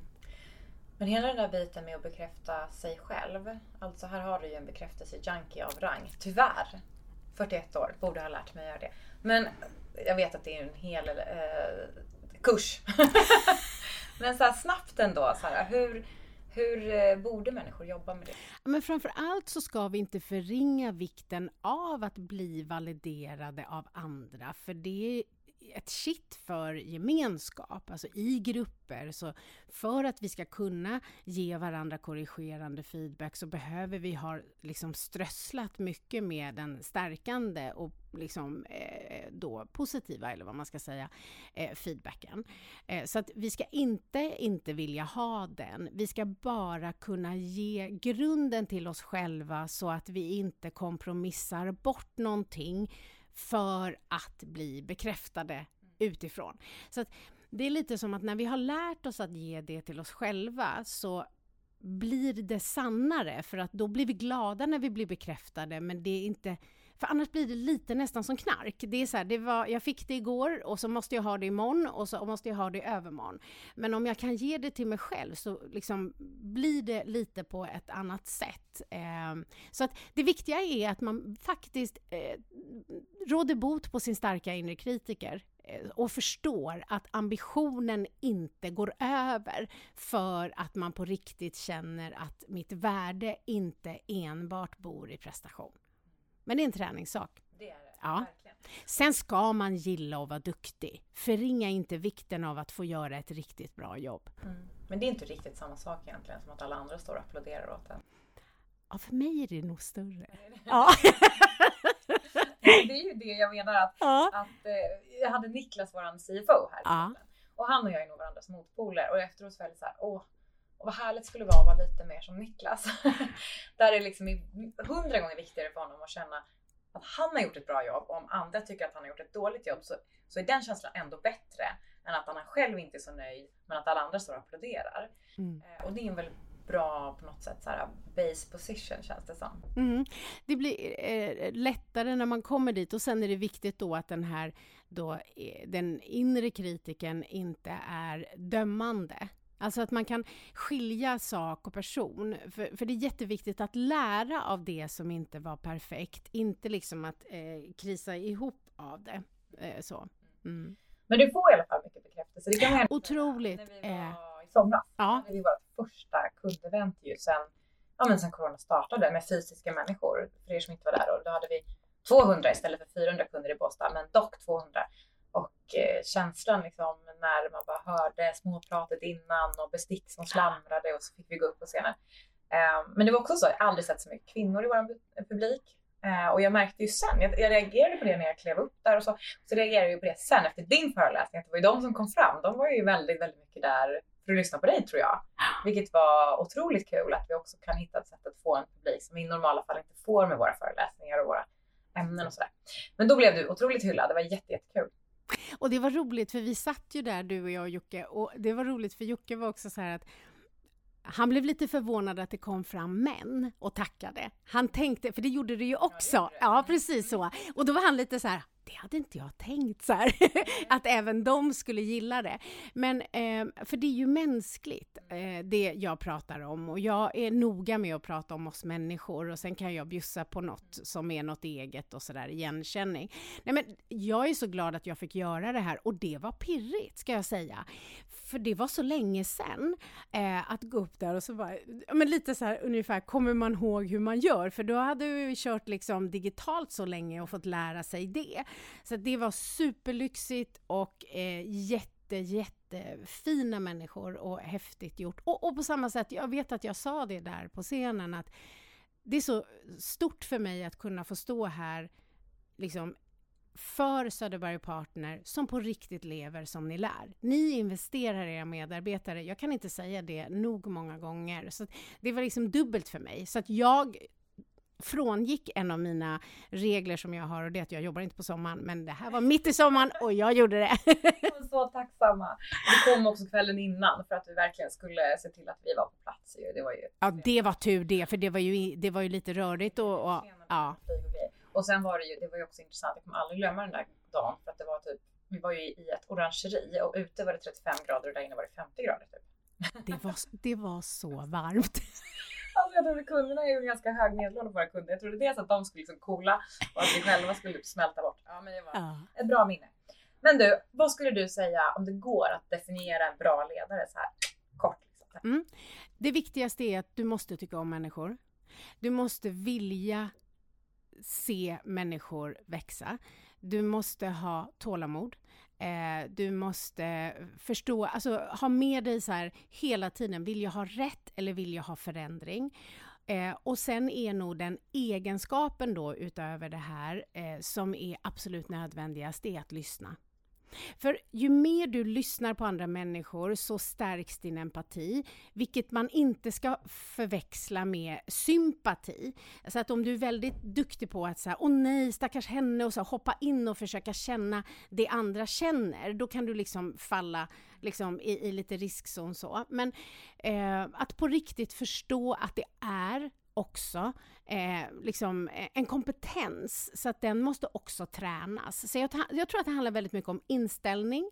Men hela den där biten med att bekräfta sig själv, alltså här har du ju en bekräftelse junkie av rang, tyvärr. fyrtioett år, borde ha lärt mig att göra det. Men jag vet att det är en hel eh, kurs. Men så här snabbt ändå, så här, hur, Hur eh, borde människor jobba med det? Men framför allt så ska vi inte förringa vikten av att bli validerade av andra. För det är ett shit för gemenskap, alltså i grupper. Så för att vi ska kunna ge varandra korrigerande feedback så behöver vi ha liksom strösslat mycket med den stärkande och liksom eh, då positiva, eller vad man ska säga, eh, feedbacken. Eh, så att vi ska inte inte vilja ha den. Vi ska bara kunna ge grunden till oss själva så att vi inte kompromissar bort någonting för att bli bekräftade utifrån. Så att det är lite som att när vi har lärt oss att ge det till oss själva så blir det sannare, för att då blir vi glada när vi blir bekräftade, men det är inte, för annars blir det lite nästan som knark. Det är så här, det var, jag fick det igår och så måste jag ha det imorgon och så måste jag ha det i övermorgon. Men om jag kan ge det till mig själv så liksom blir det lite på ett annat sätt. Eh, så att det viktiga är att man faktiskt eh, råder bot på sin starka inre kritiker eh, och förstår att ambitionen inte går över för att man på riktigt känner att mitt värde inte enbart bor i prestation. Men det är en träningssak. Det är det, ja. Verkligen. Sen ska man gilla att vara duktig. Förringa inte vikten av att få göra ett riktigt bra jobb. Mm. Men det är inte riktigt samma sak egentligen som att alla andra står och applåderar åt en. Ja, för mig är det nog större. Det, det. Ja. Det är ju det jag menar att, ja. att eh, jag hade Niklas, våran C F O här. Ja. Och han och jag är nog varandras motpoler. Och efteråt så var det så här, åh. Och vad härligt skulle vara att vara lite mer som Niklas. Där är liksom hundra gånger viktigare för honom att känna att han har gjort ett bra jobb. Och om andra tycker att han har gjort ett dåligt jobb så, så är den känslan ändå bättre än att han själv inte är så nöjd men att alla andra står och applåderar. Mm. Eh, och det är en väldigt bra på något sätt så här base position, känns det som. Mm. Det blir eh, lättare när man kommer dit, och sen är det viktigt då att den här då, den inre kritiken inte är dömande. Alltså att man kan skilja sak och person. För, för det är jätteviktigt att lära av det som inte var perfekt. Inte liksom att eh, krisa ihop av det. Eh, så. Mm. Men du får i alla fall mycket bekräftelse. Det kan man otroligt. När vi var i somras. Ja. När vi var första kundevent ju sen, ja, men sen corona startade med fysiska människor. För er som inte var där. Och då hade vi tvåhundra istället för fyrahundra kunder i Båstad. Men dock tvåhundra. Och eh, känslan liksom när man bara hörde småpratet innan och bestick som slamrade och så fick vi gå upp på scenen. Eh, men det var också så, jag har aldrig sett så mycket kvinnor i vår publik. Eh, och jag märkte ju sen, jag, jag reagerade på det när jag klev upp där och så. Så reagerade jag på det sen efter din föreläsning. Att det var ju de som kom fram. De var ju väldigt, väldigt mycket där för att lyssna på dig, tror jag. Vilket var otroligt kul att vi också kan hitta ett sätt att få en publik som vi i normala fall inte får med våra föreläsningar och våra ämnen och sådär. Men då blev du otroligt hyllad. Det var jätte, jättekul. Och det var roligt för vi satt ju där, du och jag och Jocke, och det var roligt för Jocke var också så här att han blev lite förvånad att det kom fram män och tackade. Han tänkte, för det gjorde det ju också. Ja, det det. Ja precis så. Och då var han lite så här, det hade inte jag tänkt så här. Att även de skulle gilla det. Men, eh, för det är ju mänskligt eh, det jag pratar om. Och jag är noga med att prata om oss människor. Och sen kan jag bjussa på något som är något eget och sådär, igenkänning. Nej, men jag är så glad att jag fick göra det här. Och det var pirrigt, ska jag säga. För det var så länge sedan eh, att gå upp där och så var men lite så här ungefär, kommer man ihåg hur man gör? För då hade vi kört liksom digitalt så länge och fått lära sig det. Så det var superlyxigt och eh, jätte, jättefina människor och häftigt gjort. Och, och på samma sätt, jag vet att jag sa det där på scenen, att det är så stort för mig att kunna få stå här liksom för Söderberg Partner som på riktigt lever som ni lär. Ni investerar i era medarbetare. Jag kan inte säga det nog många gånger. Så det var liksom dubbelt för mig. Så att jag frångick en av mina regler som jag har, och det är att jag jobbar inte på sommaren, men det här var mitt i sommaren och jag gjorde det. Jag var så tacksamma. Vi kom också kvällen innan för att vi verkligen skulle se till att vi var på plats. Det var ju ja, det var tur det, för det var ju, det var ju lite rörigt och, och ja. Och sen var det ju, det var ju också intressant, jag kommer aldrig glömma den där dagen, för att det var typ, vi var ju i ett orangeri och ute var det trettiofem grader och där inne var det femtio grader typ. Det var, det var så varmt. Alltså jag trodde kunderna är ju ganska hög medelålder på våra kunder. Jag trodde dels att de skulle liksom coola och att vi själva skulle smälta bort. Ja, men det var ja. Ett bra minne. Men du, vad skulle du säga om det går att definiera en bra ledare så här kort? Liksom. Mm. Det viktigaste är att du måste tycka om människor. Du måste vilja se människor växa. Du måste ha tålamod. Eh, du måste förstå, alltså ha med dig så här hela tiden. Vill jag ha rätt eller vill jag ha förändring? Eh, och sen är nog den egenskapen då utöver det här eh, som är absolut nödvändigast, det är att lyssna. För ju mer du lyssnar på andra människor så stärks din empati, vilket man inte ska förväxla med sympati. Så att om du är väldigt duktig på att säga, åh nej, stackars henne, och så hoppa in och försöka känna det andra känner, då kan du liksom falla liksom i, i lite riskzon så. Men eh, att på riktigt förstå att det är också eh, liksom en kompetens, så att den måste också tränas. Så jag, jag tror att det handlar väldigt mycket om inställning,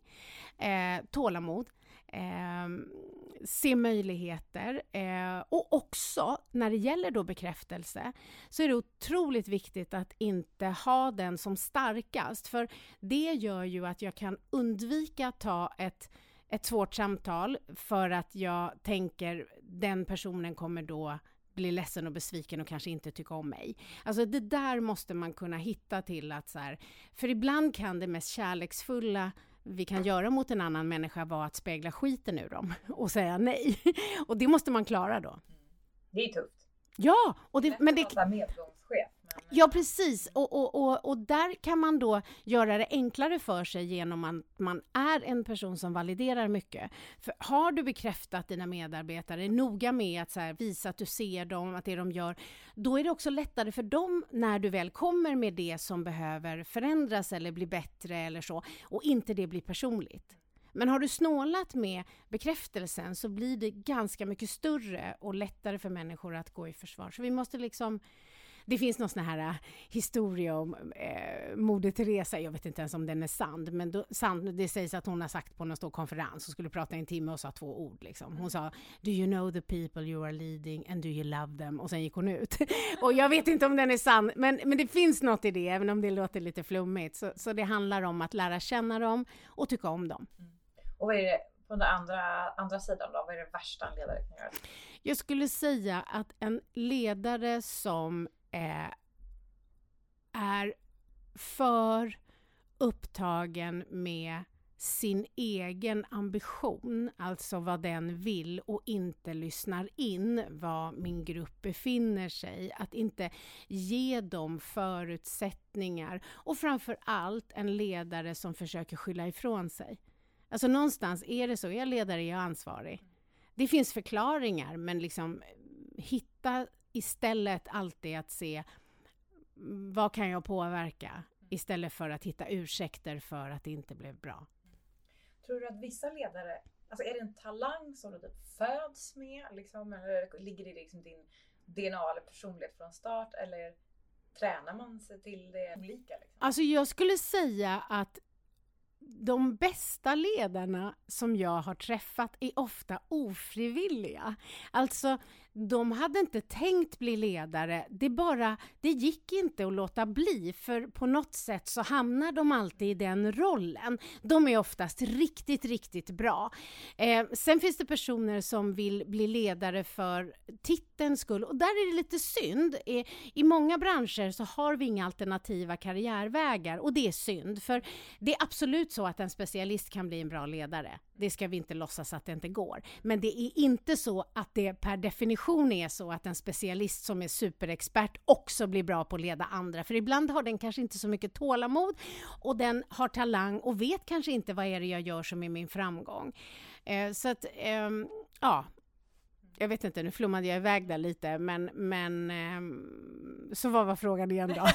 eh, tålamod, eh, se möjligheter eh, och också när det gäller då bekräftelse så är det otroligt viktigt att inte ha den som starkast, för det gör ju att jag kan undvika att ta ett ett svårt samtal för att jag tänker den personen kommer då blir ledsen och besviken och kanske inte tycker om mig. Alltså det där måste man kunna hitta till att så här, för ibland kan det mest kärleksfulla vi kan göra mot en annan människa vara att spegla skiten ur dem och säga nej. Och det måste man klara då. Det är tufft. Ja, och det, men det medgångschef. Ja, precis. Och, och, och, och där kan man då göra det enklare för sig genom att man är en person som validerar mycket. För har du bekräftat dina medarbetare, är noga med att så här, visa att du ser dem, att det de gör, då är det också lättare för dem när du väl kommer med det som behöver förändras eller bli bättre eller så, och inte det blir personligt. Men har du snålat med bekräftelsen så blir det ganska mycket större och lättare för människor att gå i försvar. Så vi måste liksom... Det finns någon sån här historia om eh, Moder Teresa, jag vet inte ens om den är sann, men då, sann, det sägs att hon har sagt på en stor konferens och skulle prata en timme och sa två ord. Liksom. Hon sa, do you know the people you are leading and do you love them? Och sen gick hon ut. Och jag vet inte om den är sann, men, men det finns något i det, även om det låter lite flummigt. Så, så det handlar om att lära känna dem och tycka om dem. Mm. Och vad är det på den andra, andra sidan då? Vad är det värsta en ledare kan göra? Jag skulle säga att en ledare som eh, är för upptagen med sin egen ambition, alltså vad den vill, och inte lyssnar in var min grupp befinner sig, att inte ge dem förutsättningar, och framför allt en ledare som försöker skylla ifrån sig. Alltså någonstans är det så, jag är ledare, jag är ansvarig. Det finns förklaringar, men liksom hitta istället alltid att se vad kan jag påverka, istället för att hitta ursäkter för att det inte blev bra. Tror du att vissa ledare, alltså är det en talang som du typ föds med liksom, eller ligger det i liksom din D N A eller personlighet från start, eller tränar man sig till det olika? Liksom? Alltså jag skulle säga att de bästa ledarna som jag har träffat är ofta ofrivilliga. Alltså, de hade inte tänkt bli ledare. Det bara, det gick inte att låta bli, för på något sätt så hamnar de alltid i den rollen. De är oftast riktigt, riktigt bra. Eh, sen finns det personer som vill bli ledare för titelns skull, och där är det lite synd. Eh, I många branscher så har vi inga alternativa karriärvägar, och det är synd, för det är absolut så att en specialist kan bli en bra ledare. Det ska vi inte låtsas att det inte går. Men det är inte så att det per definition är så att en specialist som är superexpert också blir bra på att leda andra. För ibland har den kanske inte så mycket tålamod, och den har talang och vet kanske inte vad är det jag gör som är min framgång. Eh, så att, eh, ja... Jag vet inte, nu flummade jag iväg där lite, men, men eh, så vad var frågan igen då?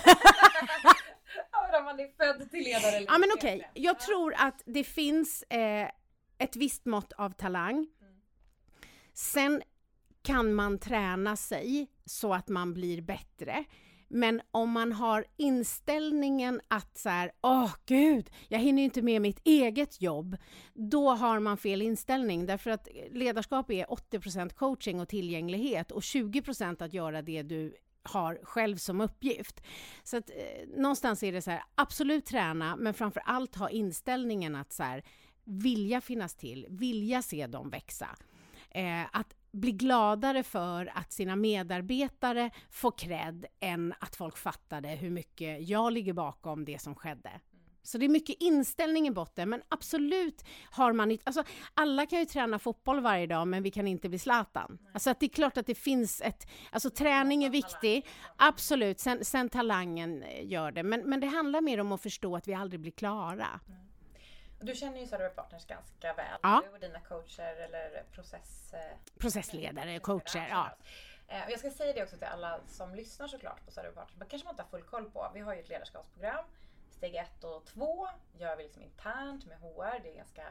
Ja, man är född till ledare. Eller ja, men okej. Okay. Jag ja. tror att det finns eh, ett visst mått av talang. Mm. Sen kan man träna sig så att man blir bättre. Men om man har inställningen att så här, åh gud, jag hinner ju inte med mitt eget jobb, då har man fel inställning. Därför att ledarskap är åttio procent coaching och tillgänglighet och tjugo procent att göra det du har själv som uppgift. Så att eh, någonstans är det så här, absolut träna, men framför allt ha inställningen att så här, vilja finnas till, vilja se dem växa. eh, att bli gladare för att sina medarbetare får cred än att folk fattade hur mycket jag ligger bakom det som skedde. Så det är mycket inställning i botten, men absolut har man inte, alltså alla kan ju träna fotboll varje dag, men vi kan inte bli Zlatan. Alltså att det är klart att det finns ett, alltså träning är viktig, absolut, sen, sen talangen gör det, men, men det handlar mer om att förstå att vi aldrig blir klara. Mm. Du känner ju Saraberg Partners ganska väl, ja. Du och dina coacher eller process... processledare, coacher, ja. Jag ska säga det också till alla som lyssnar såklart på Saraberg Partners, men kanske man inte har full koll på. Vi har ju ett ledarskapsprogram. Steg ett och två gör vi liksom internt med H R. Det är ganska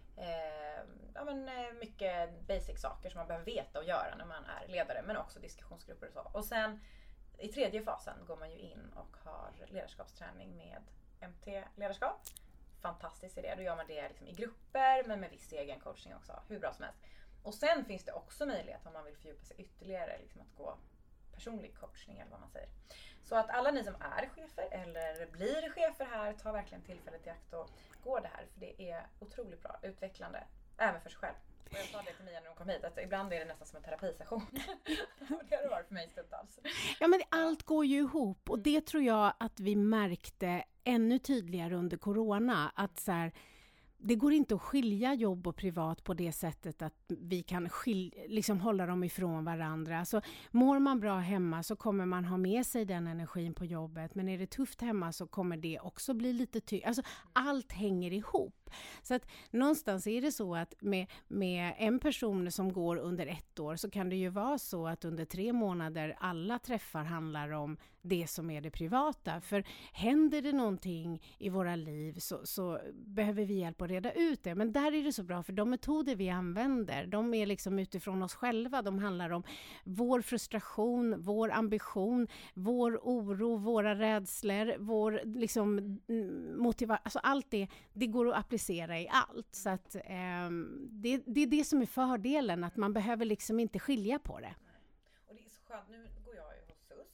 eh, ja, men, mycket basic saker som man behöver veta och göra när man är ledare. Men också diskussionsgrupper och så. Och sen i tredje fasen går man ju in och har ledarskapsträning med M T-ledarskap. Fantastisk idé. Då gör man det liksom i grupper men med viss egen coaching också. Hur bra som helst. Och sen finns det också möjlighet om man vill fördjupa sig ytterligare liksom att gå personlig coachning eller vad man säger. Så att alla ni som är chefer eller blir chefer här, tar verkligen tillfället i akt och går det här. För det är otroligt bra, utvecklande, även för sig själv. Och jag sa det till Mia när hon kom hit, att ibland är det nästan som en terapisession. Och det har det varit för mig stundtals. Ja, men allt går ju ihop och det tror jag att vi märkte ännu tydligare under corona. Att så här, det går inte att skilja jobb och privat på det sättet att vi kan skil- liksom hålla dem ifrån varandra. Så mår man bra hemma så kommer man ha med sig den energin på jobbet. Men är det tufft hemma så kommer det också bli lite ty- Alltså allt hänger ihop. Så att någonstans är det så att med, med en person som går under ett år så kan det ju vara så att under tre månader alla träffar handlar om det som är det privata. För händer det någonting i våra liv så, så behöver vi hjälp att reda ut det. Men där är det så bra för de metoder vi använder, de är liksom utifrån oss själva. De handlar om vår frustration, vår ambition, vår oro, våra rädslor, vår liksom motivation. Alltså allt det, det går att applicera i allt. Så att eh, det, det är det som är fördelen, att man behöver liksom inte skilja på det. Och det är så skönt, nu går jag ju hos S U S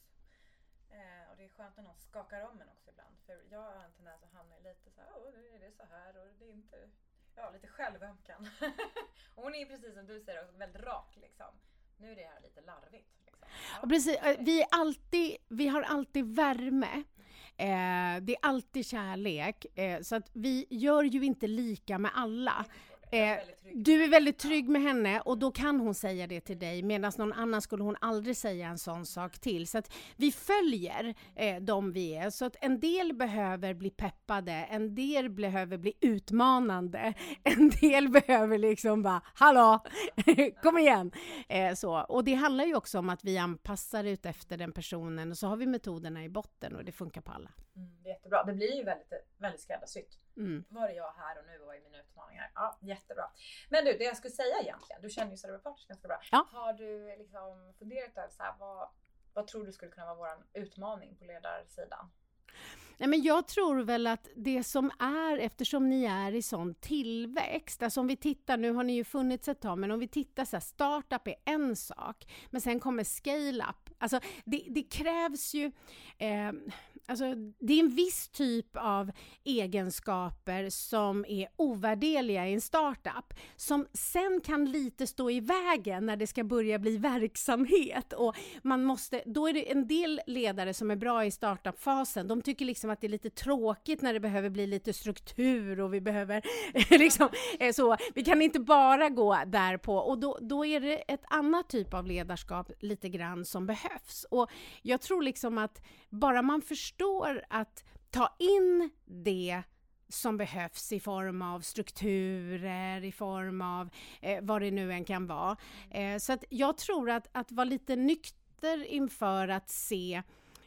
eh, och det är skönt när någon skakar om en också ibland. För jag har en tendens att hamna lite så här, åh det är det så här och det är inte, ja lite självömkan. Och hon är precis som du säger också väldigt rak liksom. Nu är det här lite larvigt. Liksom. Ja. Och precis, vi, är alltid, vi har alltid värme. Eh, det är alltid kärlek. Eh, så att vi gör ju inte lika med alla. Eh, du är väldigt trygg med henne och då kan hon säga det till dig, medan någon annan skulle hon aldrig säga en sån sak till. Så att vi följer eh, de vi är. Så att en del behöver bli peppade, en del behöver bli utmanande, en del behöver liksom bara, hallå, kom igen. Eh, så. Och det handlar ju också om att vi anpassar ut efter den personen och så har vi metoderna i botten och det funkar på alla. Mm, det är jättebra. Det blir ju väldigt, väldigt skräddarsytt. Mm. Var är jag här och nu och i mina utmaningar? Ja, jättebra. Men du, det jag skulle säga egentligen, du känner ju Saraberg Partners ganska bra. Ja. Har du liksom funderat över så här, vad, vad tror du skulle kunna vara vår utmaning på ledarsidan? Nej, men jag tror väl att det som är, eftersom ni är i sån tillväxt, alltså om vi tittar, nu har ni ju funnits ett tag, men om vi tittar så här, startup är en sak, men sen kommer scale-up. Alltså det, det krävs ju, eh, alltså det är en viss typ av egenskaper som är ovärderliga i en startup, som sen kan lite stå i vägen när det ska börja bli verksamhet. Och man måste, då är det en del ledare som är bra i startup-fasen, de tycker liksom att det är lite tråkigt när det behöver bli lite struktur och vi behöver liksom så, vi kan inte bara gå där på, och då, då är det ett annat typ av ledarskap lite grann som behövs. Och jag tror liksom att bara man förstår att ta in det som behövs i form av strukturer, i form av eh, vad det nu än kan vara. Eh, så att jag tror att, att vara lite nykter inför att se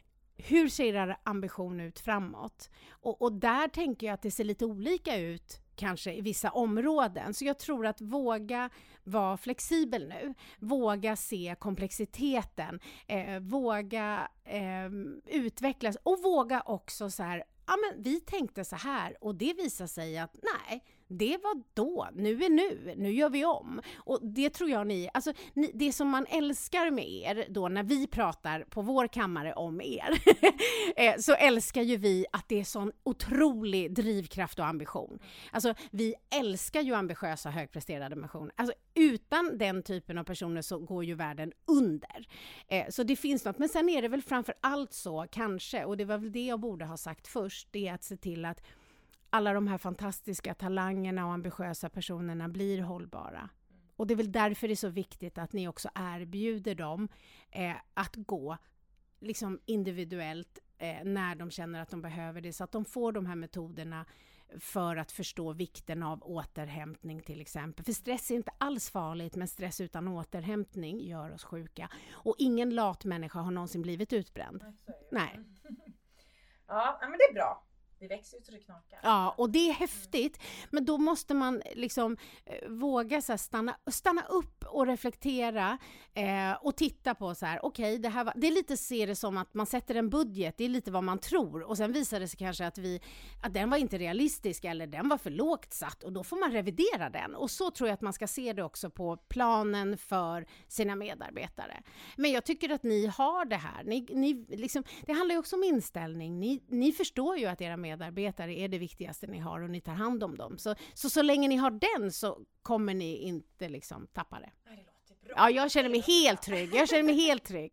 hur ser er ambition ut framåt? Och, och där tänker jag att det ser lite olika ut kanske i vissa områden. Så jag tror att våga vara flexibel nu. Våga se komplexiteten. Eh, våga eh, utvecklas. Och våga också så här, ja men vi tänkte så här och det visar sig att nej, det var då, nu är nu, nu gör vi om. Och det tror jag ni, alltså ni, det som man älskar med er då när vi pratar på vår kammare om er, så älskar ju vi att det är sån otrolig drivkraft och ambition. Alltså vi älskar ju ambitiösa högpresterade människor. Alltså utan den typen av personer så går ju världen under. Eh, så det finns något, men sen är det väl framför allt så kanske, och det var väl det jag borde ha sagt först, det är att se till att alla de här fantastiska talangerna och ambitiösa personerna blir hållbara. Och det är väl därför det är så viktigt att ni också erbjuder dem eh, att gå liksom individuellt eh, när de känner att de behöver det, så att de får de här metoderna för att förstå vikten av återhämtning till exempel. För stress är inte alls farligt, men stress utan återhämtning gör oss sjuka. Och ingen lat människa har någonsin blivit utbränd. Nej. Ja, men det är bra. Vi växer ju så det knakar. Ja, och det är häftigt. Men då måste man liksom eh, våga så här, stanna, stanna upp och reflektera eh, och titta på så här, okej, okay, det här var, det är lite ser det som att man sätter en budget, det är lite vad man tror. Och sen visar det sig kanske att, vi, att den var inte realistisk eller den var för lågt satt, och då får man revidera den. Och så tror jag att man ska se det också på planen för sina medarbetare. Men jag tycker att ni har det här. Ni, ni, liksom, det handlar ju också om inställning. Ni, ni förstår ju att era medarbetare är det viktigaste ni har och ni tar hand om dem. Så, så, så länge ni har den så kommer ni inte liksom tappa det. Nej, det låter bra. Ja, jag känner mig helt trygg. Jag känner mig helt trygg.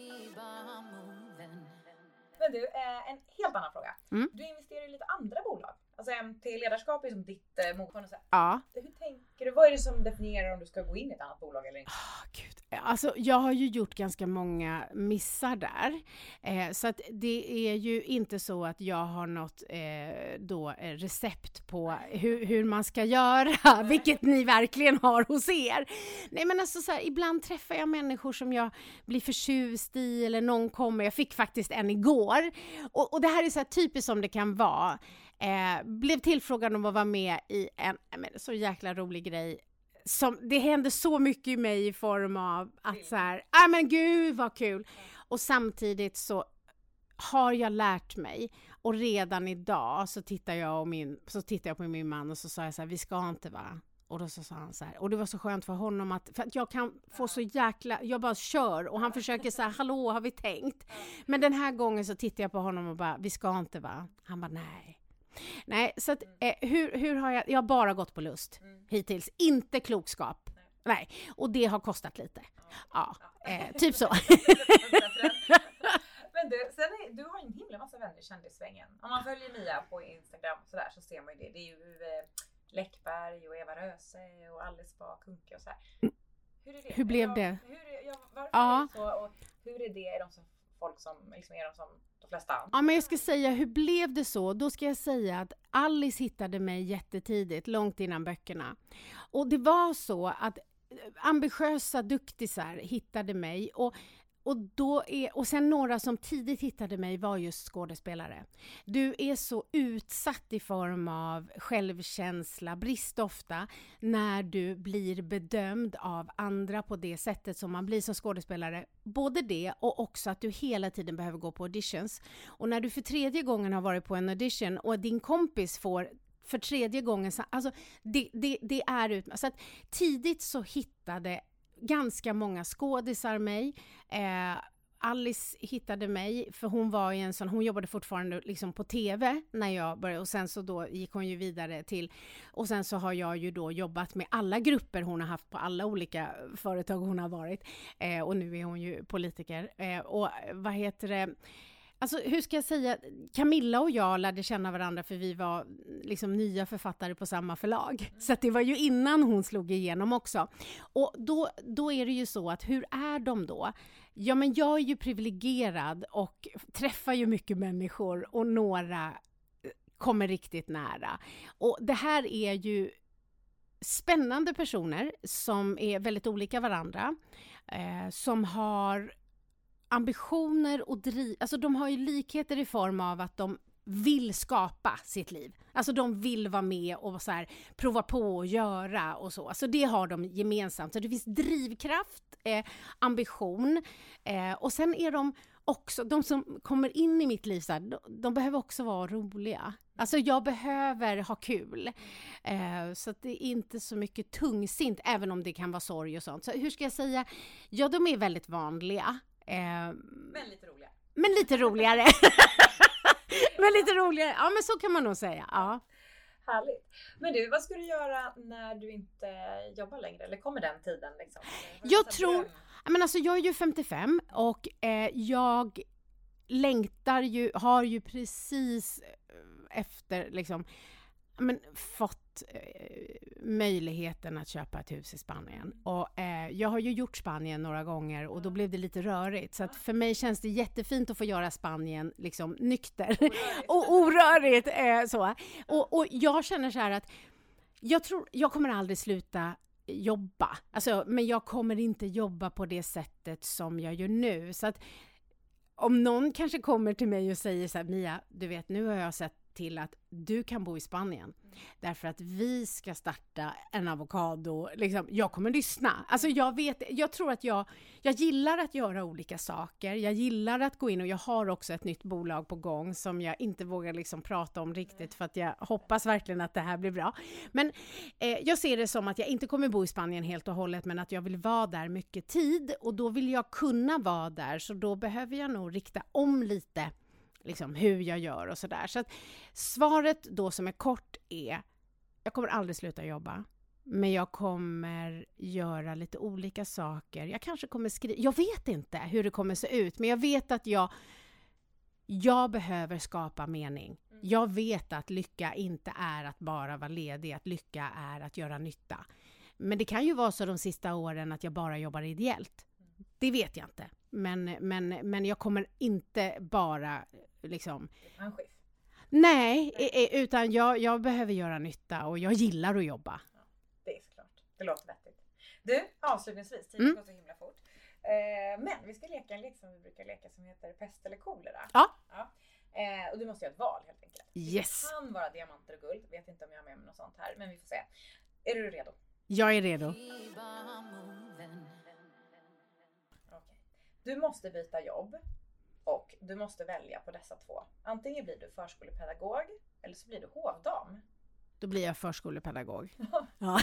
Men du, en helt annan fråga. Mm. Du investerar i lite andra bolag. Alltså M T ledarskap är som ditt eh, mot på något sätt. Ja. Hur tänker du? Vad är det som definierar om du ska gå in i ett annat bolag eller inte? Oh, Gud. Alltså, jag har ju gjort ganska många missar där. Eh, så att det är ju inte så att jag har något eh, då, eh, recept på hur, hur man ska göra. Vilket ni verkligen har hos er. Nej, men alltså så här, ibland träffar jag människor som jag blir förtjust i. Eller någon kommer. Jag fick faktiskt en igår. Och, och det här är så här typiskt som det kan vara. Eh, blev tillfrågad om att vara med i en men, så jäkla rolig grej. Som, det hände så mycket i mig i form av att så här, ah, men gud vad kul. Och samtidigt så har jag lärt mig. Och redan idag så tittar jag, och min, så tittar jag på min man och så sa jag så här, vi ska inte va. Och då så sa han så här, och det var så skönt för honom att, för att jag kan få så jäkla, jag bara kör och han försöker så här, hallå har vi tänkt? Men den här gången så tittar jag på honom och bara, vi ska inte va. Han bara nej. Nej, så att, eh, hur, hur har jag, jag har bara gått på lust mm. hittills, inte klokskap. Nej. Nej, och det har kostat lite. Ja, ja eh, typ så. Men du, sen är, du har en himla massa vänner i kändissvängen. Om man följer Mia på Instagram och sådär så ser man ju det. Det är ju eh, Läckberg och Eva Röse och Alice Bah Kuhnke och så här. Hur är det? Hur blev jag, det? Hur är, jag, varför ja. är det så? Och hur är det? Är de som folk som liksom är de som de flesta? Ja, men jag ska säga, hur blev det så? Då ska jag säga att Alice hittade mig jättetidigt, långt innan böckerna. Och det var så att ambitiösa duktisar hittade mig och Och, då är, och sen några som tidigt hittade mig var just skådespelare. Du är så utsatt i form av självkänsla, brist ofta, när du blir bedömd av andra på det sättet som man blir som skådespelare. Både det och också att du hela tiden behöver gå på auditions. Och när du för tredje gången har varit på en audition och din kompis får för tredje gången, alltså det, det, det är ut. Så att tidigt så hittade ganska många skådisar mig. Eh, Alice hittade mig för hon var i en sån, hon jobbade fortfarande liksom på tv när jag började och sen så då gick hon ju vidare till, och sen så har jag ju då jobbat med alla grupper hon har haft på alla olika företag hon har varit. Eh, och nu är hon ju politiker. Eh, och vad heter det? Alltså hur ska jag säga, Camilla och jag lärde känna varandra för vi var liksom nya författare på samma förlag. Mm. Så att det var ju innan hon slog igenom också. Och då, då är det ju så att hur är de då? Ja, men jag är ju privilegierad och träffar ju mycket människor och några kommer riktigt nära. Och det här är ju spännande personer som är väldigt olika varandra. Eh, som har ambitioner och driv, alltså de har ju likheter i form av att de vill skapa sitt liv. Alltså de vill vara med och så här, prova på och göra och så. Alltså det har de gemensamt. Så det finns drivkraft, eh, ambition eh, och sen är de också, de som kommer in i mitt liv så här, de, de behöver också vara roliga. Alltså jag behöver ha kul. Eh, så att det är inte så mycket tungsint, även om det kan vara sorg och sånt. Så hur ska jag säga? Ja, de är väldigt vanliga. Eh, men lite roliga. Men lite roligare. men lite roligare. Ja, men så kan man nog säga. Ja. Härligt. Men du, vad ska du göra när du inte jobbar längre? Eller kommer den tiden liksom? Jag tror... Men alltså, jag är ju femtiofem och eh, jag längtar ju, har ju precis efter liksom, men, fått eh, möjligheten att köpa ett hus i Spanien. Och eh, jag har ju gjort Spanien några gånger och då blev det lite rörigt. Så att för mig känns det jättefint att få göra Spanien liksom nykter och orörigt. Eh, så. Och, och jag känner så här att jag tror, jag kommer aldrig sluta jobba. Alltså, men jag kommer inte jobba på det sättet som jag gör nu. Så att om någon kanske kommer till mig och säger så här, Mia, du vet, nu har jag sett till att du kan bo i Spanien. Mm. Därför att vi ska starta en avokado. Liksom, jag kommer lyssna. Alltså jag vet, jag tror att jag, jag gillar att göra olika saker. Jag gillar att gå in och jag har också ett nytt bolag på gång som jag inte vågar liksom prata om riktigt för att jag hoppas verkligen att det här blir bra. Men eh, jag ser det som att jag inte kommer bo i Spanien helt och hållet, men att jag vill vara där mycket tid och då vill jag kunna vara där, så då behöver jag nog rikta om lite liksom hur jag gör och sådär. Så att svaret då som är kort är, jag kommer aldrig sluta jobba. Men jag kommer göra lite olika saker. Jag kanske kommer skriva, jag vet inte hur det kommer se ut. Men jag vet att jag, jag behöver skapa mening. Jag vet att lycka inte är att bara vara ledig. Att lycka är att göra nytta. Men det kan ju vara så de sista åren att jag bara jobbar ideellt. Det vet jag inte. Men, men, men jag kommer inte bara liksom... En chef. Nej, Nej. utan jag, jag behöver göra nytta och jag gillar att jobba. Ja, det är såklart. Det låter vettigt. Du, avslutningsvis, tiden mm. går så himla fort. Eh, men vi ska leka en lek som vi brukar leka som heter pest eller kolera. Ja. ja. Eh, och du måste göra ett val helt enkelt. Yes. Det kan vara diamanter och guld. Vet inte om jag har med mig något sånt här, men vi får se. Är du redo? Jag är redo. Du måste byta jobb och du måste välja på dessa två. Antingen blir du förskolepedagog eller så blir du hovdam. Då blir jag förskolepedagog. Ja.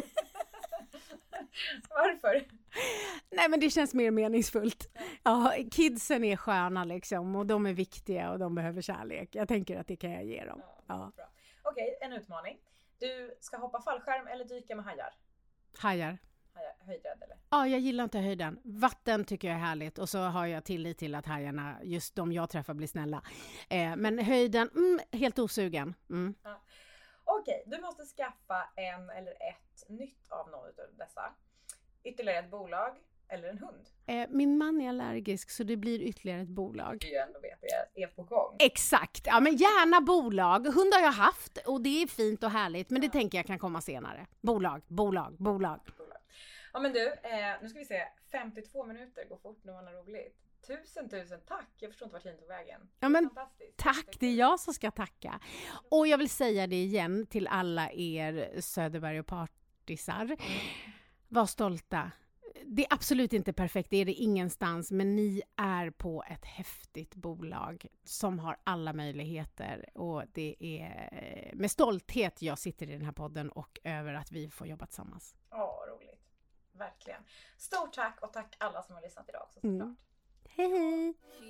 Varför? Nej, men det känns mer meningsfullt. Ja, kidsen är sköna liksom och de är viktiga och de behöver kärlek. Jag tänker att det kan jag ge dem. Ja. Ja. Okej, en utmaning. Du ska hoppa fallskärm eller dyka med hajar? Hajar. Höjdrädd eller? Ja, jag gillar inte höjden. Vatten tycker jag är härligt och så har jag tillit till att hajarna, just de jag träffar, blir snälla. Eh, men höjden, mm, helt osugen. Mm. Ja. Okej, du måste skaffa en eller ett nytt av någon av dessa. Ytterligare ett bolag eller en hund. Eh, min man är allergisk så det blir ytterligare ett bolag. Du ändå vet det är på gång. Exakt, ja men gärna bolag. Hund har jag haft och det är fint och härligt, men det ja. tänker jag kan komma senare. Bolag, bolag, bolag. bolag. Ja men du, eh, nu ska vi se, femtiotvå minuter går fort när man har roligt. Tusen, tusen tack. Jag förstår inte vart tiden tog vägen. Ja men tack, det är jag som ska tacka. Och jag vill säga det igen till alla er Söderberg och partisar. Mm. Var stolta. Det är absolut inte perfekt, det är det ingenstans. Men ni är på ett häftigt bolag som har alla möjligheter. Och det är med stolthet jag sitter i den här podden och över att vi får jobba tillsammans. Ja, roligt. Verkligen. Stort tack och tack alla som har lyssnat idag också såklart. Mm. Hej hej!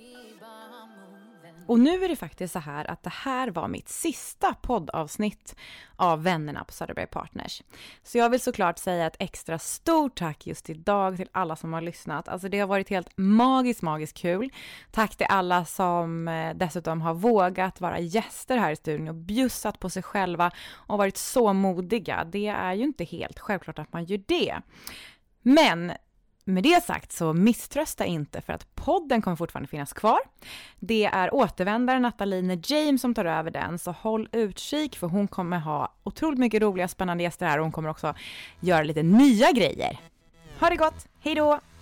Och nu är det faktiskt så här att det här var mitt sista poddavsnitt av Vännerna på Söderberg Partners. Så jag vill såklart säga ett extra stort tack just idag till alla som har lyssnat. Alltså det har varit helt magiskt, magiskt kul. Tack till alla som dessutom har vågat vara gäster här i studion och bjussat på sig själva och varit så modiga. Det är ju inte helt självklart att man gör det. Men med det sagt så misströsta inte för att podden kommer fortfarande finnas kvar. Det är återvändaren Natalie James som tar över den, så håll utkik för hon kommer ha otroligt mycket roliga spännande gäster här och hon kommer också göra lite nya grejer. Ha det gott, hej då!